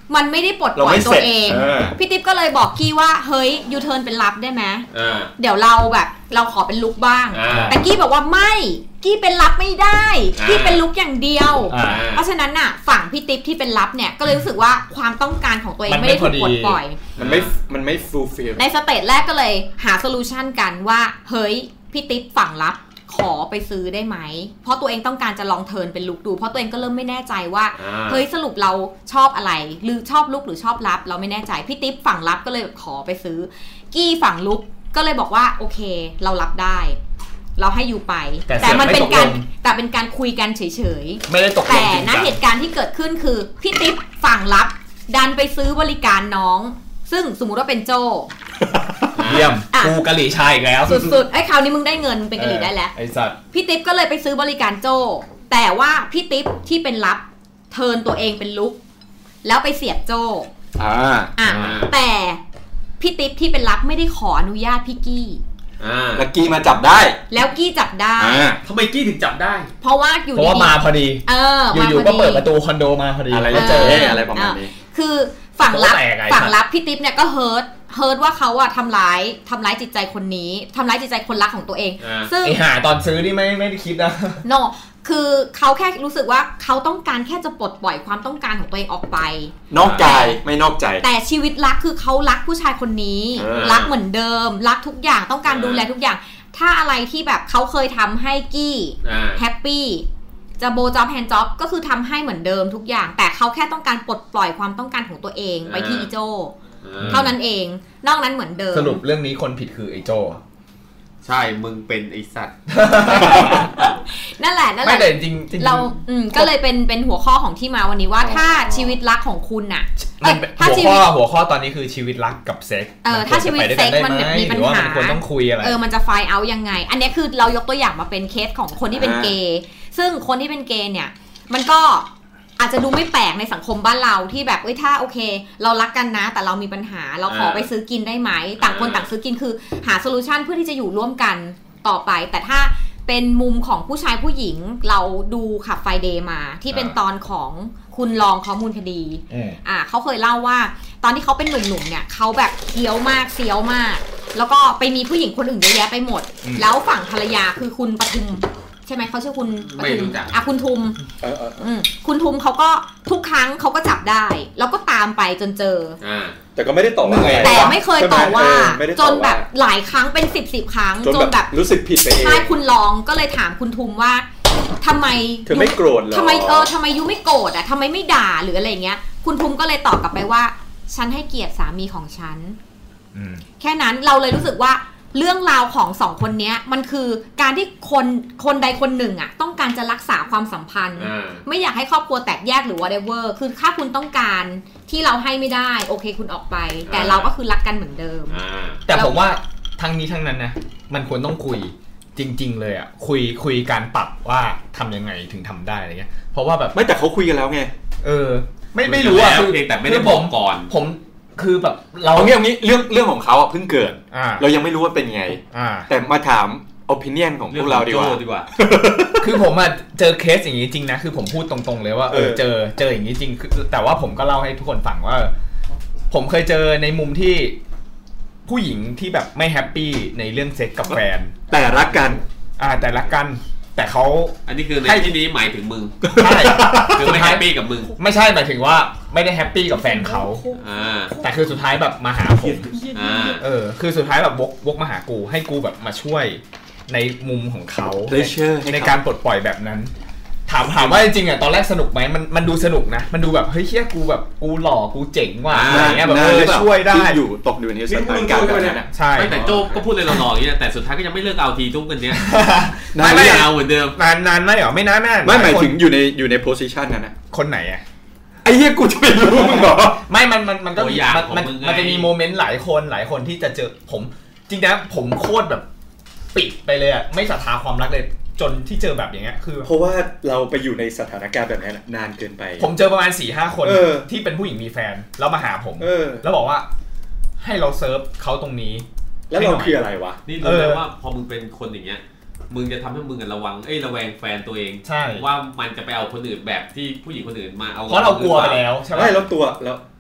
มันไม่ได้ปลดปล่อยตัวเองพี่ติ๊บก็เลยบอกกี้ว่าเฮ้ยยูเทิร์นเป็นลับได้ไหมเดี๋ยวเราขอเป็นลุกบ้างแต่กี้บอกว่าไม่กี้เป็นลับไม่ได้กี้เป็นลุกอย่างเดียวเพราะฉะนั้นน่ะฝั่งพี่ติ๊บที่เป็นลับเนี่ยก็เลยรู้สึกว่าความต้องการของตัวเองไม่ได้ถูกปลดปล่อยมันไม่ fulfill ในสเตจแรกก็เลยหาโซลูชันกันว่าเฮ้ยพี่ติ๊บฝั่งลับขอไปซื้อได้ไหมเพราะตัวเองต้องการจะลองเทิร์นเป็นลุคดูเพราะตัวเองก็เริ่มไม่แน่ใจว่าเฮ้ยสรุปเราชอบอะไรหรือชอบลุคหรือชอบลับเราไม่แน่ใจพี่ติ๊บฝั่งลับก็เลยขอไปซื้อกี้ฝั่งลุคก็เลยบอกว่าโอเคเรารับได้เราให้อยู่ไปแต่มันเป็นการคุยกันเฉยๆไม่ได้ตกลงแต่ณเหตุการณ์ที่เกิดขึ้นคือพี่ติ๊บฝั่งลับดันไปซื้อบริการน้องซึ่งสมมุติว่าเป็นโจเยี่ยมกูกะหรี่ชายอีกแล้วสุดๆไอ้คราวนี้มึงได้เงินเป็นกะหรี่ได้แล้วไอ้สัตว์พี่ติ๊บก็เลยไปซื้อบริการโจแต่ว่าพี่ติ๊บที่เป็นลับเทิร์นตัวเองเป็นลุกแล้วไปเสียบโจแต่พี่ติ๊บที่เป็นลับไม่ได้ขออนุญาตพี่กี้แล้วกี้มาจับได้แล้วกี้จับได้ทำไมกี้ถึงจับได้เพราะว่าอยู่ดีมาพอดีอยู่ๆก็เปิดประตูคอนโดมาพอดีอะไรก็เจออะไรประมาณนี้คือฝั่งลับพี่ติ๊บเนี่ยก็เฮิร์ตว่าเขาอะทำร้ายจิตใจคนนี้ทำร้ายจิตใจคนรักของตัวเองซึ่งไอ้หาตอนซื้อนี่ไม่ได้คิดนะโนคือเขาแค่รู้สึกว่าเขาต้องการแค่จะปลดปล่อยความต้องการของตัวเองออกไปนอกใจไม่นอกใจแต่ชีวิตรักคือเขารักผู้ชายคนนี้รักเหมือนเดิมรักทุกอย่างต้องการดูแลทุกอย่างถ้าอะไรที่แบบเขาเคยทำให้กี้แฮปปี้จะโบจ็อบแฮนด์จ็อบก็คือทำให้เหมือนเดิมทุกอย่างแต่เขาแค่ต้องการปลดปล่อยความต้องการของตัวเองไปที่อีโจเท่านั้นเองนอกนั้นเหมือนเดิมสรุปเรื่องนี้คนผิดคือไอ้โจใช่มึงเป็นไอ้สัตว์นั่นแหละไม่แต่จริงเราก็เลยเป็นหัวข้อของที่มาวันนี้ว่าถ้าชีวิตรักของคุณน่ะหัวข้อตอนนี้คือชีวิตรักกับเซ็กถ้าชีวิตเซ็กมันมีปัญหาควรต้องคุยอะไรมันจะไฟล์เอายังไงอันนี้คือเรายกตัวอย่างมาเป็นเคสของคนที่เป็นเกย์ซึ่งคนที่เป็นเกย์เนี่ยมันก็อาจจะดูไม่แปลกในสังคมบ้านเราที่แบบถ้าโอเคเรารักกันนะแต่เรามีปัญหาเราขอไปซื้อกินได้ไหมต่างคนต่างซื้อกินคือหาโซลูชันเพื่อที่จะอยู่ร่วมกันต่อไปแต่ถ้าเป็นมุมของผู้ชายผู้หญิงเราดูขับไฟเดย์มาที่เป็นตอนของคุณรองข้อมูลคดีเขาเคยเล่าว่าตอนที่เขาเป็นหนุ่มๆเนี่ยเขาแบบเคี้ยวมากเซียวมากแล้วก็ไปมีผู้หญิงคนอื่นเยอะแยะไปหมดแล้วฝั่งภรรยาคือคุณปทุมใช่ไหมเขาชื่อคุณไม่รู้จักคุณทุมคุณทุมเขาก็ทุกครั้งเขาก็จับได้แล้วก็ตามไปจนเจอแต่ก็ไม่ได้ต่อว่าแต่ไม่เคยต่อว่าจนแบบหลายครั้งเป็น10 ครั้งจนแบบรู้สึกผิดไปเองใช่คุณลองก็เลยถามคุณทุมว่าทำไมเธอไม่โกรธหรอทำไมยูไม่โกรธทำไมไม่ด่าหรืออะไรเงี้ยคุณทุมก็เลยตอบกลับไปว่าฉันให้เกียรติสามีของฉันแค่นั้นเราเลยรู้สึกว่าเรื่องราวของสองคนนี้มันคือการที่คนใดคนหนึ่งอ่ะต้องการจะรักษาความสัมพันธ์ไม่อยากให้ครอบครัวแตกแยกหรือ whatever คือถ้าคุณต้องการที่เราให้ไม่ได้โอเคคุณออกไปแต่เราก็คือรักกันเหมือนเดิมแต่ผมว่าทั้งนี้ทั้งนั้นนะมันควรต้องคุยจริงๆเลยอ่ะคุยการปรับว่าทำยังไงถึงทำได้อะไรเงี้ยเพราะว่าแบบไม่แต่เขาคุยกันแล้วไงไม่รู้อ่ะคือแต่ไม่ได้บอกก่อนผมคือแบบเราเรื่องของเขาอ่ะเพิ่งเกิดเรายังไม่รู้ว่าเป็นไงแต่มาถาม opinion ของพวกเราดีกว่าคือผมอ่ะเจอเคสอย่างนี้จริงนะคือผมพูดตรงๆเลยว่าเจออย่างนี้จริงแต่ว่าผมก็เล่าให้ทุกคนฟังว่าผมเคยเจอในมุมที่ผู้หญิงที่แบบไม่แฮปปี้ในเรื่องเซ็กกับแฟนแต่รักกันแต่รักกันแต่เขาอันนี้คือในที่นี้หมายถึงมึงใช่คือไม่แฮปปี้กับมึงไม่ใช่หมายถึงว่าไม่ได้แฮปปี้กับแฟนเขาแต่คือสุดท้ายแบบมาหาผมคือสุดท้ายแบบวกมาหากูให้กูแบบมาช่วยในมุมของเขาในการปลดปล่อยแบบนั้นถามว่าจริงๆอ่ะตอนแรกสนุกไหมมันดูสนุกนะมันดูแบบเฮ้ยเชี่ยกูแบบกูหล่อกูเจ๋งว่ะอะไรเงี้ยแบบช่วยได้อยู่ตกอยู่ในสถานการณ์แบบนั้นใช่แต่โจ้ก็พูดเลยหล่อๆอย่างนี้แต่สุดท้ายก็ยังไม่เลิกเอาทีทุกกันเนี้ยไม่เอาเหมือนเดิมนานไหมเหรอไม่นานไม่หมายถึงอยู่ในโพสิชันนั้นนะคนไหนอ่ะไอ้เหี้ยกูจะไปรู้มึงเหรอไม่มันก็มันจะมีโมเมนต์หลายคนที่จะเจอผมจริงนะผมโคตรแบบปิดไปเลยอ่ะไม่ศรัทธาความรักเลยจนที่เจอแบบอย่างเงี้ยคือเพราะว่าเราไปอยู่ในสถานการณ์แบบนั้นนานเกินไปผมเจอประมาณ 4-5 คนที่เป็นผู้หญิงมีแฟนแล้วมาหาผมแล้วบอกว่าให้เราเซิร์ฟเขาตรงนี้แล้วเราคืออะไรวะนี่รู้ไหมว่าพอมึงเป็นคนอย่างเงี้ยมึงจะทำให้มึงระวังระแวงแฟนตัวเองว่ามันจะไปเอาคนอื่นแบบที่ผู้หญิงคนอื่นมาเอาเพราะเรากลัวไปแล้วใช่ไหมแล้วตัวแล้ว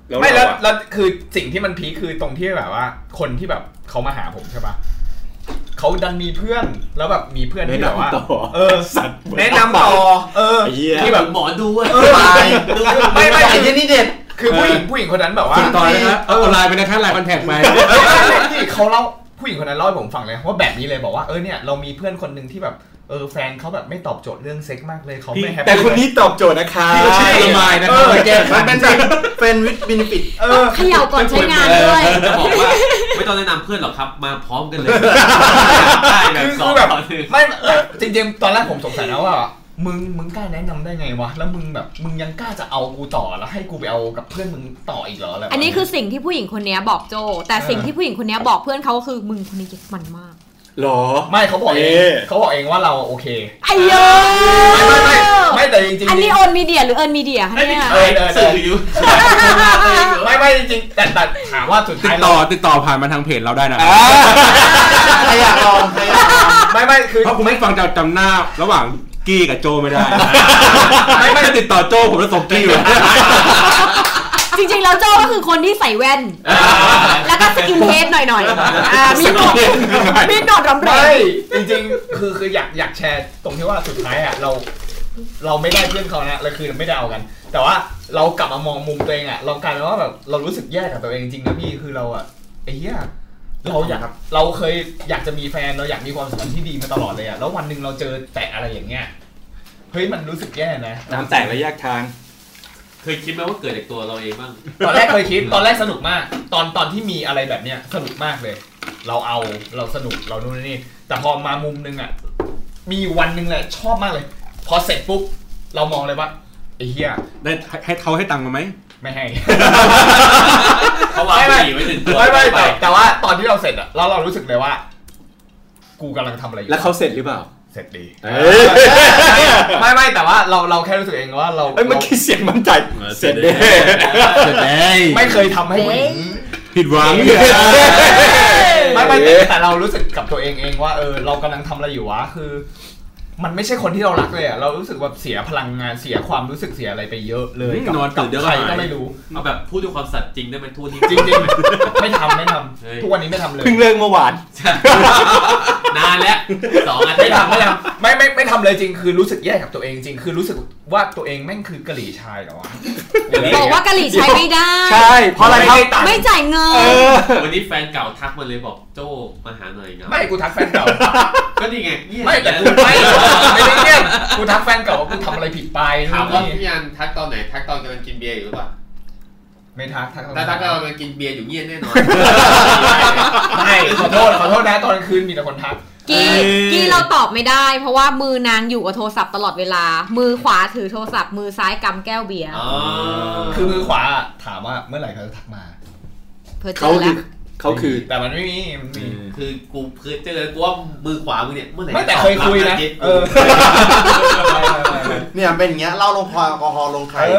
ไม่แล้วคือสิ่งที่มันพีคคือตรงที่แบบว่าคนที่แบบเขามาหาผมใช่ปะเขาดันมีเพื่อนแล้วแบบมีเพื่อนที่แบบว่าสัตว์แนะนำต่อที่แบบหมอดูตายไม่ที่นี่เด็ดคือผู้หญิงคนนั้นแบบว่าต่อเลยนะเอาไลน์ไปนะแค่ไลน์คอนแทคไปที่เขาเล่าผู้หญิงคนนั้นเล่าให้ผมฟังเลยว่าแบบนี้เลยบอกว่าเนี่ยเรามีเพื่อนคนนึงที่แบบแฟนเขาแบบไม่ตอบโจทย์เรื่องเซ็กมากเลยเขาไม่แฮปปี้แต่คนนี้ตอบโจทย์นะคะที่ชื่อละไมนะครับมันเป็นเฟนวิดบินฟิตเขย่าก่อนใช้งานด้วยจะบอกว่าไม่ต้องแนะนำเพื่อนหรอกครับมาพร้อมกันเลยได้แบบสองไม่จริงๆตอนแรกผมสงสัยนะว่ามึงกล้าแนะนำได้ไงวะแล้วมึงยังกล้าจะเอากูต่อแล้วให้กูไปเอากับเพื่อนมึงต่ออีกเหรออะไรอันนี้คือสิ่งที่ผู้หญิงคนนี้บอกโจแต่สิ่งที่ผู้หญิงคนนี้บอกเพื่อนเขาคือมึงคนนี้เย็ดมันมากหรอไม่เขาบอกเองว่าเราโอเคไอ้โยไม่แต่จริงๆอันนี้โอนมีเดียหรือเอิร์นมีเดียคะเนี่ยสื่ออยู่ไม่จริงแต่ถามว่าสุดท้ายติดต่อผ่านมาทางเพจเราได้นะใครอยากลองไม่คือเพราะผมไม่ฟังจำหน้าระหว่างกี้กับโจไม่ได้ไม่จะติดต่อโจผมจะส่งกี้อยู่จริงๆแล้วโจก็คือคนที่ใส่แว่นแล้วก็สกินเฮดหน่อยๆมีหนวดรำไรจริงๆคืออยากแชร์ตรงที่ว่าสุดท้ายอ่ะเราไม่ได้เพื่อนเขานะเราคือไม่ได้เอากันแต่ว่าเรากลับมามองมุมตัวเองอ่ะเรากลายเป็นว่าแบบเรารู้สึกแย่กับตัวเองจริงนะพี่คือเราอ่ะไอ้เหี้ยเราเคยอยากจะมีแฟนเราอยากมีความสัมพันธ์ที่ดีมาตลอดเลยอ่ะแล้ววันนึงเราเจอแตะอะไรอย่างเงี้ยเฮ้ยมันรู้สึกแย่นะน้ำแตกและแยกทางเคยคิดไหมว่าเกิดจากตัวเราเองบ้างตอนแรกเคยคิดตอนแรกสนุกมากตอนที่มีอะไรแบบเนี้ยสนุกมากเลยเราสนุกเรานู่นนี่แต่พอมามุมนึงอ่ะมีวันนึงแหละชอบมากเลยพอเสร็จปุ๊บเรามองเลยว่าไอ้เหี้ยได้ให้เขาให้ตังค์มาไหมไม่ให้เขาวางผีไว้หนึ่งตัวไม่แต่ว่าตอนที่เราเสร็จอ่ะเรารู้สึกเลยว่ากูกำลังทำอะไรอยู่แล้วเขาเสร็จหรือเปล่าเสร็จดีไม่แต่ว่าเราแค่รู้สึกเองว่าเราเมื่อกี้เสียงมั่นใจเสร็จดีไม่เคยทำให้ผู้หญิงผิดหวังไม่แต่เรารู้สึกกับตัวเองว่าเรากำลังทำอะไรอยู่วะคือมันไม่ใช่คนที่เรารักเลยอ่ะเรารู้สึกว่าเสียพลังงานเสียความรู้สึกเสียอะไรไปเยอะเลยกับใครก็ไม่รู้เอาแบบพูดด้วยความสัตย์จริงได้ไหมทุกทีจริงไม่ทำทุกวันนี้ไม่ทำเลยเพิ่งเลิกเมื่อวานนานแล้ว2 อาทิตย์ไม่ทำเลยจริงคือรู้สึกแย่กับตัวเองจริงคือรู้สึกว่าตัวเองแม่งคือกะหรี่ชายเหรอวะบอกว่ากะหรี่ชายไม่ได้ใช่เพราะอะไรครับไม่จ่ายเงินวันนี้แฟนเก่าทักมาเลยบอกโจ้มาหาหน่อยเงาไม่กูทักแฟนเก่าก็นี่ไงไม่แต่กูไม่ได้เงียบกูทักแฟนเก่าว่ากูทำอะไรผิดไปถามว่าพี่ยันทักตอนไหนทักตอนกำลังกินเบียร์อยู่หรือเปล่าไม่ทักถ้าทักเรากินเบียร์อยู่เงียบแน่นอนไม่ขอโทษนะตอนคืนมีแต่คนทักกี้เราตอบไม่ได้เพราะว่ามือนางอยู่กับโทรศัพท์ตลอดเวลามือขวาถือโทรศัพท์มือซ้ายกำแก้วเบียร์คือมือขวาถามว่าเมื่อไหร่เขาจะทักมาเขาคือแต่มันไม่มีคือกูเคยเจอกูว่ามือขวามึงเนี่ยเมื่อไหร่ไม่แต่เคยคุยนะเนี่ยเป็นอย่างเงี้ยเล่าลงคอแอลกอฮอล์ลงไข่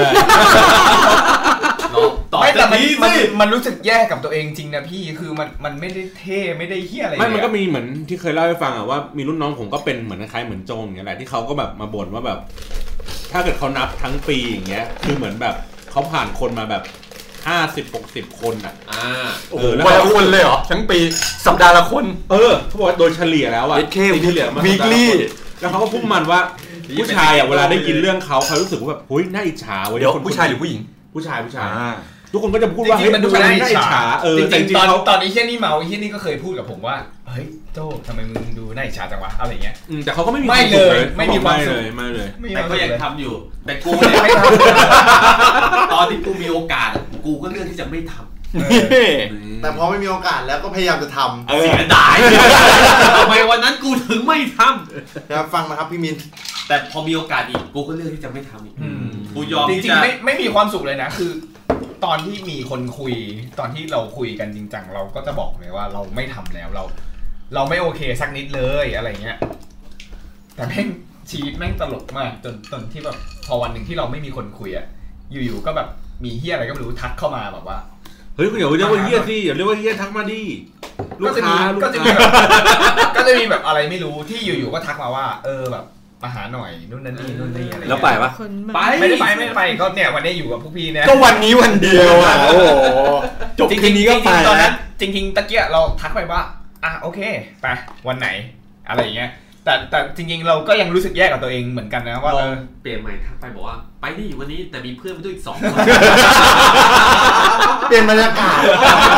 ไม่แต่มันรู้สึกแย่กับตัวเองจริงนะพี่คือมันไม่ได้เท่ไม่ได้เหี้ยอะไรไม่มันก็มีเหมือนที่เคยเล่าให้ฟังอะว่ามีรุ่นน้องผมก็เป็นเหมือนคล้ายเหมือนโจงอย่างเงี้ยแหละที่เขาก็แบบมาบ่นว่าแบบถ้าเกิดเขานับทั้งปีอย่างเงี้ยคือเหมือนแบบเขาผ่านคนมาแบบ50-60 คนอ่ะแล้วคนเลยเหรอทั้งปีสัปดาห์ละคนเขาบอกโดยเฉลี่ยแล้วอ่ะเฉลี่ยมาวีคแล้วเขาก็พุ่งมันว่าผู้ชายอ่ะเวลาได้ยินเรื่องเขารู้สึกว่าแบบเฮ้ยน่าอิจฉาเว้ยผู้ชายหรือผู้หญิงผู้ชายทุกคนก็จะพูดว่าเฮ้ยมันดูน่าอิจฉาจริงๆตอนนี้เฮี้ยนี่เมาเฮี้ยนี่ก็เคยพูดกับผมว่าเฮ้ยโจ้ทำไมมึงดูน่าอิจฉาจังวะอะไรเงี้ยแต่เขาก็ไม่มีไม่เลยไม่มีความสุขไม่เลยแต่ก็ยังทำอยู่แต่กูเนี่ยไม่ทำตอนที่กูมีโอกาสกูก็เลือกที่จะไม่ทำแต่พอไม่มีโอกาสแล้วก็พยายามจะทำเสียดายทำไมวันนั้นกูถึงไม่ทำนะครับฟังนะครับพี่มินแต่พอมีโอกาสอีกกูก็เลือกที่จะไม่ทำอีกกูยอมจริงๆไม่มีความสุขเลยนะคือตอนที่มีคนคุยตอนที่เราคุยกันจริงจังเราก็จะบอกเลยว่าเราไม่ทำแล้วเราไม่โอเคสักนิดเลยอะไรเงี้ยแต่แม่งชีวิตแม่งตลกมากจนที่แบบพอวันหนึ่งที่เราไม่มีคนคุยอ่ะอยู่ๆก็แบบมีเฮี้ยอะไรก็ไม่รู้ทักเข้ามาแบบว่าเฮ้ยคุณอย่าเรียกว่าเฮี้ยสิอย่าเรียกว่าเฮี้ยทักมาดิลูกค้าก็จะมีแบบอะไรไม่รู้ที่อยู่ๆก็ทักมาว่าแบบมาหาหน่อยนู่นนั่นนี่อะไรแล้วไปปะไปไม่ได้ไปก็เนี่ยวันนี้อยู่กับพวกพี่เนี่ยก็วันนี้วันเดียวอ่ะโอ้โหจบทีนี้ก็ไปตอนนั้นจริงๆตะเกียเราทักไปว่าโอเคไปวันไหนอะไรอย่างเงี้ยแต่จริงๆเราก็ยังรู้สึกแย่กับตัวเองเหมือนกันนะว่าเปลี่ยนใหม่ทักไปบอกว่าไปดิวันนี้แต่มีเพื่อนมาด้วยอีก2 คนเปลี่ยนบรรยากาศ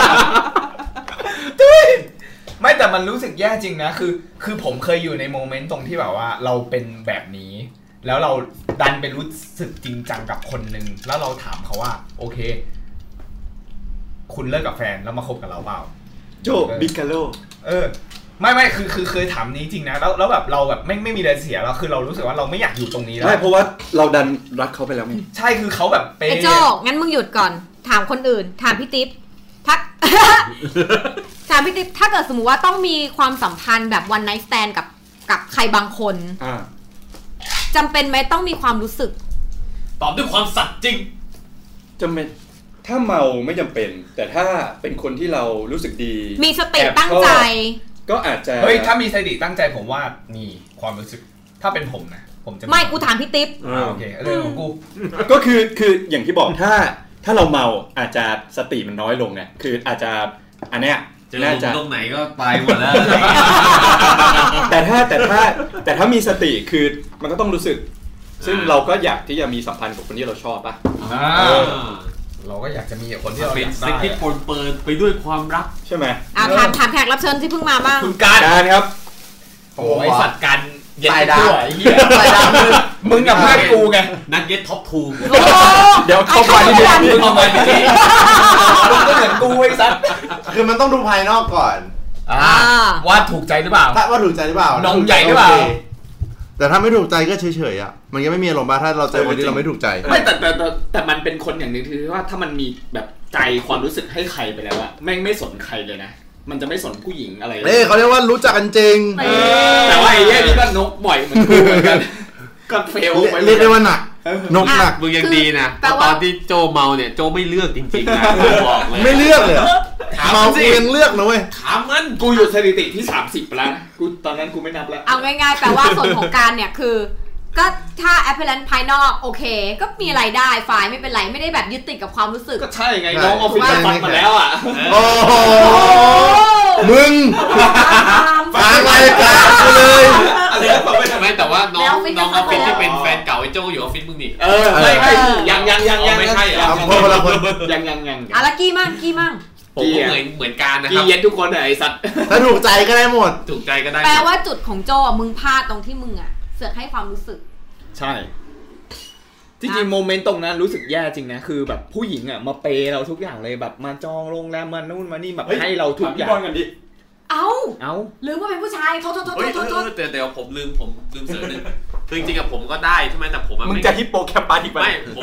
ไม่แต่มันรู้สึกแย่จริงนะคือผมเคยอยู่ในโมเมนต์ตรงที่แบบว่าเราเป็นแบบนี้แล้วเราดันไปรู้สึกจริงจังกับคนนึงแล้วเราถามเขาว่าโอเคคุณเลิกกับแฟนแล้วมาคบกับเราเปล่าโจบิกาโลไม่คือเคยถามนี้จริงนะแล้วแบบเราแบบไม่มีอะไรเสียแล้วคือเรารู้สึกว่าเราไม่อยากอยู่ตรงนี้แล้วไม่เพราะว่าเราดันรักเขาไปแล้วไงใช่คือเขาแบบไอ้โจงั้นมึงหยุดก่อนถามคนอื่นถามพี่ติ๊บถามพี่ติ๊บถ้าเกิดสมมุติว่าต้องมีความสัมพันธ์แบบone night standกับใครบางคนจำเป็นไหมต้องมีความรู้สึกตอบด้วยความสัตย์จริงจำเป็นถ้าเมาไม่จำเป็นแต่ถ้าเป็นคนที่เรารู้สึกดีมีสติตั้งใจก็อาจจะถ้ามีสติตั้งใจผมว่ามีความรู้สึกถ้าเป็นผมนะผมจะไม่กูถามพี่ติ๊บโอเคเรื่องของกูก็คืออย่างที่บอกถ้าเราเมาอาจจะสติมันน้อยลงไงคืออาจจะอันเนี้ยน่าจะตรงไหนก็ตายหมดแล้วแต่ถ้ามีสติคือมันก็ต้องรู้สึกซึ่งเราก็อยากที่จะมีสัมพันธ์กับคนที่เราชอบป่ะเราก็อยากจะมีคนที่เราเป็นสิ่งที่ปนเปื้อนไปด้วยความรักใช่ไหมถามแขกรับเชิญที่เพิ่งมาบ้างคุณการครับโอ้ยสัตว์การเย็นตัวไอ้เหี้ยตายดำมึงกับเพื่อนกูไงนักเก็ตท็อป 2เดี๋ยวเข้าไปที่มึงเข้าไปที่มึงก็เหมือนกูไอ้สัตว์คือมันต้องดูภายนอกก่อนว่าถูกใจหรือเปล่าว่าถูกใจหรือเปล่าน้องใหญ่หรือเปล่าแต่ถ้าไม่ถูกใจก็เฉยๆอ่ะมันยังไม่มีอารมณ์บ้าถ้าเราเจอคนที่เราไม่ถูกใจไม่แต่มันเป็นคนอย่างนึงคือว่าถ้ามันมีแบบใจความรู้สึกให้ใครไปแล้วอะแม่งไม่สนใครเลยนะมันจะไม่สนผู้หญิงอะไรเขาเรียกว่ารู้จักกันจริงแต่ว่าไอ้เนี่ยนี่ก็นกบ่อยเหมือนกูเหมือนกันก็เฟลไปเรียกได้ว่าหนักนกหนักมึงยังดีนะตอนที่โจเมาเนี่ยโจไม่เลือกจริงๆนะบอกเลยไม่เลือกเลยเมาเองเลือกนะเว้ยถามมันกูอยู่สถิติที่30แล้วกูตอนนั้นกูไม่นับแล้วเอาง่ายๆแปลว่าส่วนของการเนี่ยคือก็ถ้า appearance ภายนอกโอเคก็มีอะไรได้ฝ่ายไม่เป็นไรไม่ได้แบบยึดติดกับความรู้สึกก็ใช่ไงน้องออฟฟิศฟังมาแล้วอ่ะโอ้โหมึงฟังรายการกูเลยอะไรฟังไม่ทำไมแต่ว่าน้องออฟฟิศที่เป็นแฟนเก่าไอ้โจอยู่ออฟฟิศมึงนี่ไม่ยังไม่ใช่ยังแล้วกี้มั่งผมก็เหมือนกันนะครับกี้เย็นทุกคนไอ้สัตว์ถ้าถูกใจก็ได้หมดถูกใจก็ได้แปลว่าจุดของโจมึงพลาดตรงที่มึงอะเสือกให้ความรู้สึกใช่จริงๆโมเมนต์ตรงนั้นรู้สึกแย่จริงนะคือแบบผู้หญิงอ่ะมาเปย์เราทุกอย่างเลยแบบมาจองโรงแรมมานู่นมานี่แบบให้เราทุกอย่างเอาลืมว่าเป็นผู้ชายโทษแต่ผมลืมเสริมนึงคือจริงๆกับผมก็ได้ใช่ไหมแต่ผมมึงจะฮิปโปแคปปาอีกไม่ผม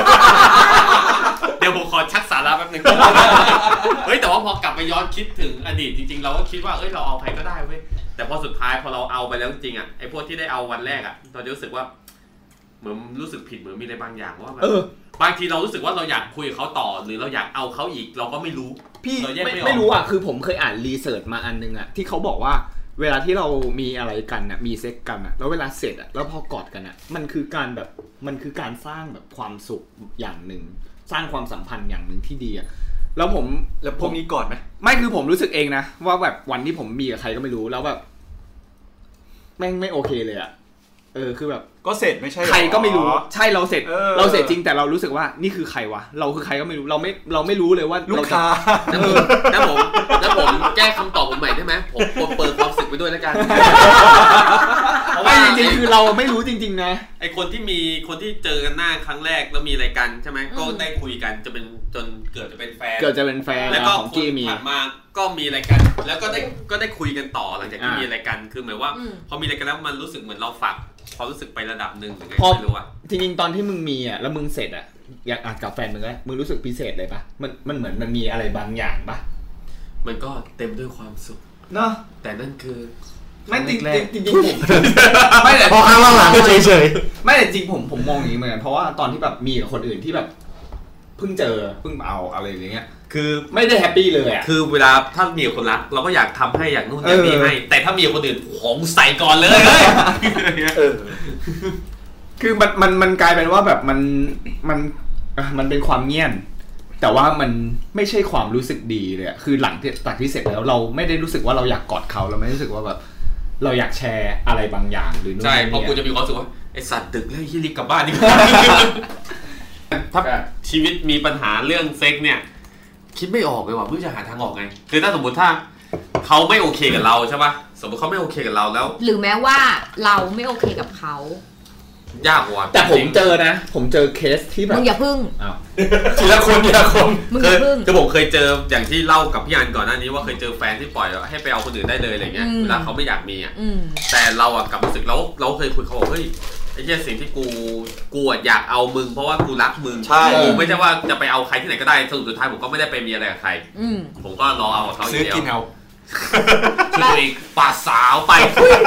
เดี๋ยวผมขอชักสาระแป๊บนึงเฮ้ยแต่ว่าพอกลับไปย้อนคิดถึงอดีตจริงๆเราก็คิดว่าเราเอาใครก็ได้เว้ยแต่พอสุดท้ายพอเราเอาไปแล้วจริงอ่ะไอ้พวกที่ได้เอาวันแรกอ่ะเราจะรู้สึกว่าเหมือนรู้สึกผิดเหมือนมีอะไรบางอย่างว่าแบบบางทีเรารู้สึกว่าเราอยากคุยกับเขาต่อหรือเราอยากเอาเขาอีกเราก็ไม่รู้พี่ไม่รู้อ่ะคือผมเคยอ่านรีเสิร์ชมาอันนึงอ่ะที่เขาบอกว่าเวลาที่เรามีอะไรกันอ่ะมีเซ็กกันอ่ะแล้วเวลาเสร็จอ่ะแล้วพอกอดกันอ่ะมันคือการสร้างแบบความสุขอย่างหนึ่งสร้างความสัมพันธ์อย่างหนึ่งที่ดีอ่ะแล้วพวกนี้กอดไหมไม่คือผมรู้สึกเองนะว่าแบบวันที่ผมมีกับใครก็ไม่รู้แล้วแบบแม่งไม่โอเคเลยอ่ะคือแบบก็เสร็จไม่ใช่ใครก็ไม่รู้ใช่เราเสร็จจริงแต่เรารู้สึกว่านี่คือใครวะเราคือใครก็ไม่รู้เราไม่รู้เลยว่าลูกค้าแล้วผมแก้คำตอบผมใหม่ได้ไหมผมเปิดความสึกไปด้วยแล้วกันไม่จริงๆคือเราไม่รู้จริงๆนะไอคนที่เจอกันหน้าครั้งแรกแล้วมีอะไรกันใช่ไหมก็ได้คุยกันจะเป็นจนเกิดจะเป็นแฟนแล้วก็ของกี้มีผ่านมาก็มีอะไรกันแล้วก็ได้คุยกันต่อหลังจากที่มีอะไรกันคือหมายว่าพอมีอะไรกันแล้วมันรู้สึกเหมือนเราฝากพอรู้สึกไประดับหนึ่งยังไงไม่รู้อ่ะจริงๆตอนที่มึงมีอ่ะแล้วมึงเสร็จอ่ะอยากกับแฟนมึงมึงรู้สึกพิเศษเลยปะมันเหมือนมันมีอะไรบางอย่างปะมันก็เต็มด้วยความสุขเนาะแต่นั่นคือไม่จริงผมไม่แต่พอข้างหลังก็เฉยไม่แต่จริงผมมองอย่างนี้เหมือนกันเพราะว่าตอนที่แบบมีกับคนอื่นที่แบบเพิ่งเจอเพิ่งเอาอะไรอย่างเงี้ยคือไม่ได้แฮปปี้เลยอ่ะคือเวลาถ้ามีคนรักเราก็อยากทำให้อยากนู่นอยากนี่ให้แต่ถ้ามีคนอื่นของใส่ก่อนเลยคือมันกลายเป็นว่าแบบมันเป็นความเงียบแต่ว่ามันไม่ใช่ความรู้สึกดีเลยคือหลังจากที่เสร็จแล้วเราไม่ได้รู้สึกว่าเราอยากกอดเขาเราไม่รู้สึกว่าแบบเราอยากแชร์อะไรบางอย่างหรือนู่นนี่ใช่เพราะกูจะมีความรู้สึกว่าไอ้สัตว์ดึกแล้วรีบกลับบ้านดีกว่าถ้าชีวิตมีปัญหาเรื่องเซ็กเนี่ยคิดไม่ออกเลยว่าไม่รู้จะหาทางออกไงคือถ้าสมมติถ้าเขาไม่โอเคกับเราใช่ป่ะสมมติเขาไม่โอเคกับเราแล้วหรือแม้ว่าเราไม่โอเคกับเขายากว่ะแต่ผมเจอเคสที่แบบมึงอย่าพึ่งทีละคนมึงอย่าพึ่งคือผมเคยเจออย่างที่เล่ากับพี่อันก่อนหน้านี้ว่าเคยเจอแฟนที่ปล่อยให้ไปเอาคนอื่นได้เลยอะไรเงี้ยเวลาเขาไม่อยากมีอ่ะแต่เราอ่ะกลับรู้สึกเราเคยคุยเขาบอกเฮ้ยไอ้เหี้ยสิ่งที่กูอยากเอามึงเพราะว่ากูรักมึงกูไม่ใช่ว่าจะไปเอาใครที่ไหนก็ได้สุดท้ายผมก็ไม่ได้ไปมีอะไรกับใครผมก็รอเอาเขาซื้อกินเอาคือตัวเองปาสาวไป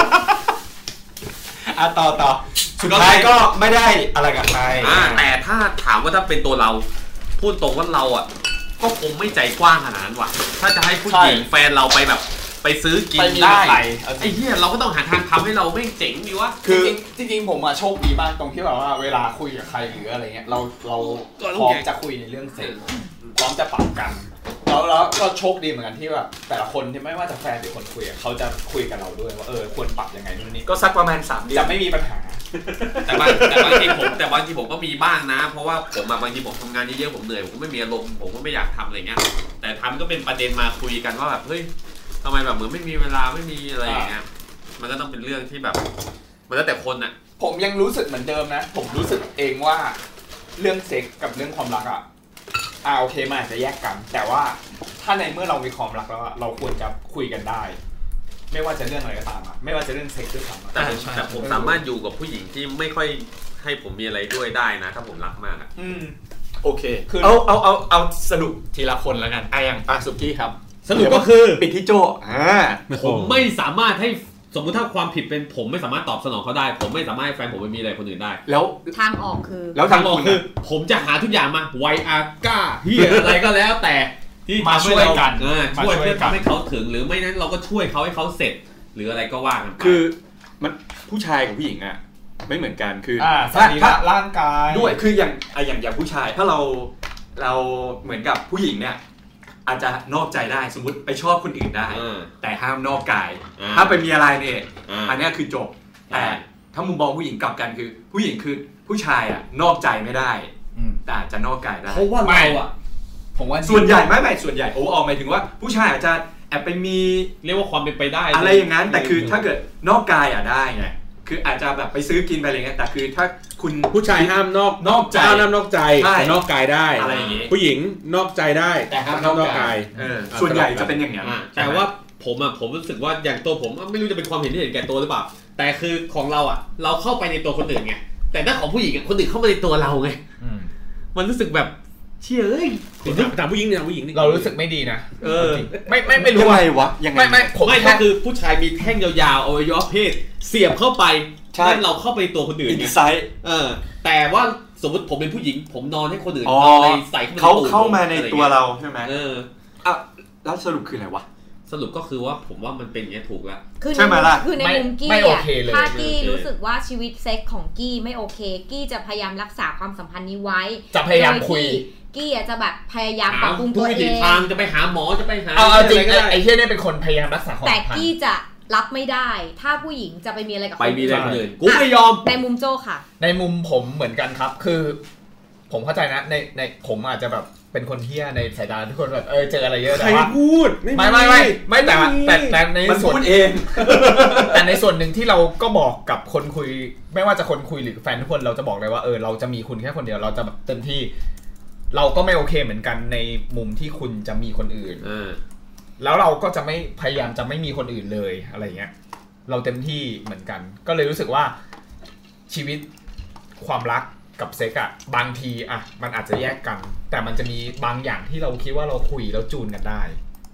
ต่อสุดท้ายก็ไม่ได้อะไรกับใครแต่ถ้าถามว่าถ้าเป็นตัวเราพูดตรงว่าเราอ่ะก็คงไม่ใจกว้างขนาดนั้นว่ะถ้าจะให้ผู้หญิงแฟนเราไปแบบไปซื้อกินได้ไอ้เหี้ยเราก็ต้องหาทางทำให้เราไม่เจ๋งดีวะคือจริงผมอะโชคดีมากตรงที่แบบว่าเวลาคุยกับใครหรืออะไรเงี้ยเราพร้อมจะคุยในเรื่องเซ็กพร้อมจะปรับกันแล้วก็โชคดีเหมือนกันที่แบบแต่ละคนที่ไม่ว่าจะแฟนหรือคนคุยเขาจะคุยกับเราด้วยว่าควรปรับยังไงนู่นนี่ก็สักประมาณ3 เดือนจะไม่มีปัญหาแต่บางทีผมก็มีบ้างนะเพราะว่าผมบางทีผมทำงานเยอะๆผมเหนื่อยผมก็ไม่มีอารมณ์ผมก็ไม่อยากทำอะไรเงี้ยแต่ทำก็เป็นประเด็นมาคุยกันว่าแบบเฮ้ยทำไมแบบเหมือนไม่มีเวลาไม่มีอะไรอย่างเงี้ยมันก็ต้องเป็นเรื่องที่แบบมันแล้วแต่คนน่ะผมยังรู้สึกเหมือนเดิมนะผมรู้สึกเองว่าเรื่องเซ็กกับเรื่องความรักโอเคมันอาจจะแยกกันแต่ว่าถ้าในเมื่อเรามีความรักแล้วเราควรจะคุยกันได้ไม่ว่าจะเรื่องอะไรก็ตามไม่ว่าจะเรื่องเซ็กด้วยซ้ำแต่ผมสามารถอยู่กับผู้หญิงที่ไม่ค่อยให้ผมมีอะไรด้วยได้นะถ้าผมรักมากโอเคเอาสรุปทีละคนแล้วกันอย่างสุกี้ครับสรุปก็คือปิดที่โจผมไม่สามารถให้สมมติถ้าความผิดเป็นผมไม่สามารถตอบสนองเขาได้ผมไม่สามารถให้แฟนผมไปมีอะไรคนอื่นได้แล้วทางออกคือผมจะหาทุกอย่างมาไวอาก้าเฮียอะไรก็แล้วแต่ที่มาช่วยกันช่วยเพื่อทำให้เขาถึงหรือไม่นั้นเราก็ช่วยเขาให้เขาเสร็จหรืออะไรก็ว่ากันคือมันผู้ชายกับผู้หญิงไม่เหมือนกันคือสรีระร่างกายด้วยคืออย่างผู้ชายถ้าเราเหมือนกับผู้หญิงเนี่ยอาจจะนอกใจได้สมมติไปชอบคนอื่นได้แต่ห้ามนอกกายถ้าไปมีอะไรเนี่ยอันนี้คือจบแต่ถ้ามุมมองผู้หญิงกลับกันคือผู้หญิงคือผู้ชายนอกใจไม่ได้แต่จะนอกกายได้เพราะว่าเราผมว่าส่วนใหญ่ไม่ส่วนใหญ่หมายถึงว่าผู้ชายอาจจะแอบไปมีเรียกว่าความเป็นไปได้อะไรอย่างนั้นแต่คือถ้าเกิดนอกกายได้ไงคืออาจจะแบบไปซื้อกินไปอะไรเงี้ยแต่คือถ้าคุณผู้ชายห้ามนอกใจแต่นอกกายได้อะไรอย่างงี้ผู้หญิงนอกใจได้แต่ห้ามนอกกายส่วนใหญ่จะเป็นอย่างนี้แต่ว่าผมรู้สึกว่าอย่างตัวผมไม่รู้จะเป็นความเห็นที่เห็นแก่ตัวหรือเปล่าแต่คือของเราเราเข้าไปในตัวคนอื่นไงแต่ถ้าของผู้หญิงคนอื่นเข้ามาในตัวเราไงมันรู้สึกแบบเชี่ยเอ้ยแต่ผู้หญิงเรารู้สึกไม่ดีนะไม่รู้อะไรวะยังไงไม่ก็คือผู้ชายมีแท่งยาวๆอวัยวะเพศเสียบเข้าไปนั่นเราเข้าไปในตัวคนอื่นไงแต่ว่าสมมติผมเป็นผู้หญิงผมนอนให้คนอื่นอะไรใส่เข้ามาในตัวเราใช่ไหมแล้วสรุปคืออะไรวะสรุปก็คือว่าผมว่ามันเป็นอย่างนี้ถูกแล้วใช่ไหมล่ะคือในมุมกี้ถ้ากี้รู้สึกว่าชีวิตเซ็กของกี้ไม่โอเคกี้จะพยายามรักษาความสัมพันธ์นี้ไว้จะพยายามคุยกี้จะแบบพยายามปรับปรุงตัวเองทางจะไปหาหมอจะไปหาจริงไอ้เหี้ยนี่เป็นคนพยายามรักษาความสัมพันธ์แต่กี้จะรับไม่ได้ถ้าผู้หญิงจะไปมีอะไรกับไปมีอะไรคนอื่นกูไม่ยอมในมุมโจค่ะในมุมผมเหมือนกันครับคือผมเข้าใจนะในผมอาจจะแบบเป็นคนเหี้ยในสายตาทุกคนแบบเจออะไรเยอะแต่ว่าพูดไม่แต่ในส่วนเองแต่ในส่วนหนึ่งที่เราก็บอกกับคนคุยไม่ว่าจะคนคุยหรือแฟนทุกคนเราจะบอกเลยว่าเราจะมีคุณแค่คนเดียวเราจะแบบเต็มที่เราก็ไม่โอเคเหมือนกันในมุมที่คุณจะมีคนอื่นแล้วเราก็จะไม่พยายามจะไม่มีคนอื่นเลยอะไรเงี้ยเราเต็มที่เหมือนกันก็เลยรู้สึกว่าชีวิตความรักกับเซ็กบางทีมันอาจจะแยกกันแต่มันจะมีบางอย่างที่เราคิดว่าเราคุยแล้วจูนกันได้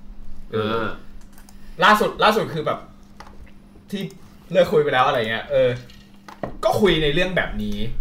ล่าสุดคือแบบที่เลิกคุยไปแล้วอะไรเงี้ยก็คุยในเรื่องแบบนี้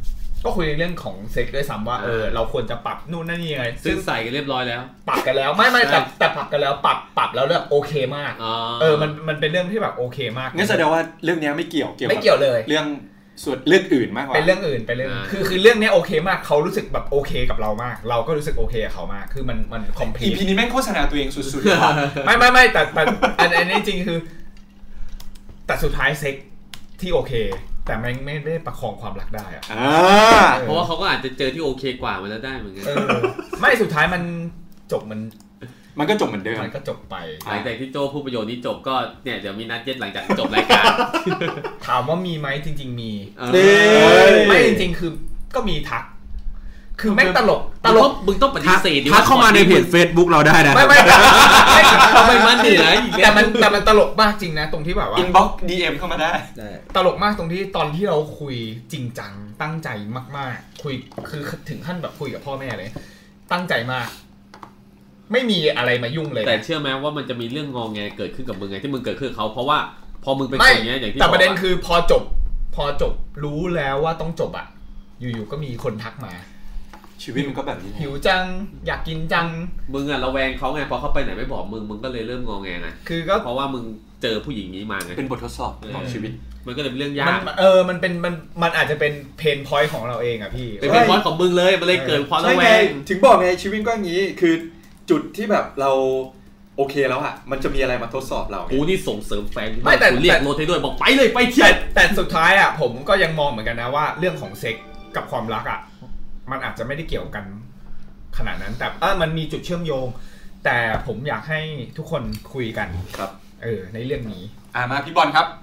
ก็คุยในเรื่องของเซ็กด้วยซ้ำว่าเราควรจะปรับนู่นนั่นนี่ยังไงซึ่งใส่กันเรียบร้อยแล้วปรับกันแล้วไม่แต่ปรับกันแล้วปรับแล้วแบบโอเคมากมันเป็นเรื่องที่แบบโอเคมากงั้นแสดงว่าเรื่องนี้ไม่เกี่ยวเลยเรื่องส่วนเรื่องอื่นมากกว่าเป็นเรื่องอื่นเป็นเรื่องคือเรื่องนี้โอเคมากเขารู้สึกแบบโอเคกับเรามากเราก็รู้สึกโอเคกับเขามากคือมันคอมพลีท EP นี้แม่งโฆษณาตัวเองสุดๆไม่แต่อันนี้จริงคือแต่สุดท้ายเซ็กที่โอเคแต่ไม่ได้ประคองความรักได้อะเพราะว่าเขาก็อาจจะเจอที่โอเคกว่ามันแล้วได้เหมือนกันไม่สุดท้ายมันจบมันก็จบเหมือนเดิมมันก็จบไปหลังจากที่โจ้พูดประโยชน์นี้จบก็เนี่ยเดี๋ยวมีนัดเย็ดหลังจากจบรายการถามว่ามีไหมจริงๆมีไม่จริงๆคือก็มีทักคือแม่งตลกมึงต้องปฏิเสธทักเข้ามาในเพจ Facebook เราได้นะไม่ทำไมมันเหนื่อยแต่มันตลกมากจริงนะตรงที่แบบว่า inbox DM เข้ามาได้ตลกมากตรงที่ตอนที่เราคุยจริงจังตั้งใจมากๆคุยคือถึงขั้นแบบคุยกับพ่อแม่เลยตั้งใจมากไม่มีอะไรมายุ่งเลยแต่เชื่อไหมว่ามันจะมีเรื่องงอแงเกิดขึ้นกับมึงไงที่มึงเกิดขึ้นเขาเพราะว่าพอมึงเป็นคนอย่างเงี้ยอย่างที่แต่ประเด็นคือพอจบรู้แล้วว่าต้องจบอ่ะอยู่ๆก็มีคนทักมาชีวิตมันก็แบบนี้หิวจังอยากกินจังมึงอะระแวงเขาไงพอเขาไปไหนไม่บอกมึงก็เลยเริ่มงอแงไงคือก็เพราะว่ามึงเจอผู้หญิงนี้มาไงเป็นบททดสอบของชีวิตมันก็เลยเป็นเรื่องยากมันอาจจะเป็นเพนพอยต์ของเราเองอ่ะพี่เป็นเพนพอยต์ของมึงเลยมันเลยเกิดความระแวงถึงบอกไงชีวิตก็อย่างนี้คือจุดที่แบบเราโอเคแล้วอ่ะมันจะมีอะไรมาทดสอบเรากูนี่ส่งเสริมแฟนไม่แต่เรียกโรเทด้วยบอกไปเลยไปเที่ยวแต่สุดท้ายอ่ะผมก็ยังมองเหมือนกันนะว่าเรื่องของเซ็กกับความรักอ่ะมันอาจจะไม่ได้เกี่ยวกันขนาดนั้นแต่มันมีจุดเชื่อมโยงแต่ผมอยากให้ทุกคนคุยกันครับในเรื่องนี้มาพี่บอลครับ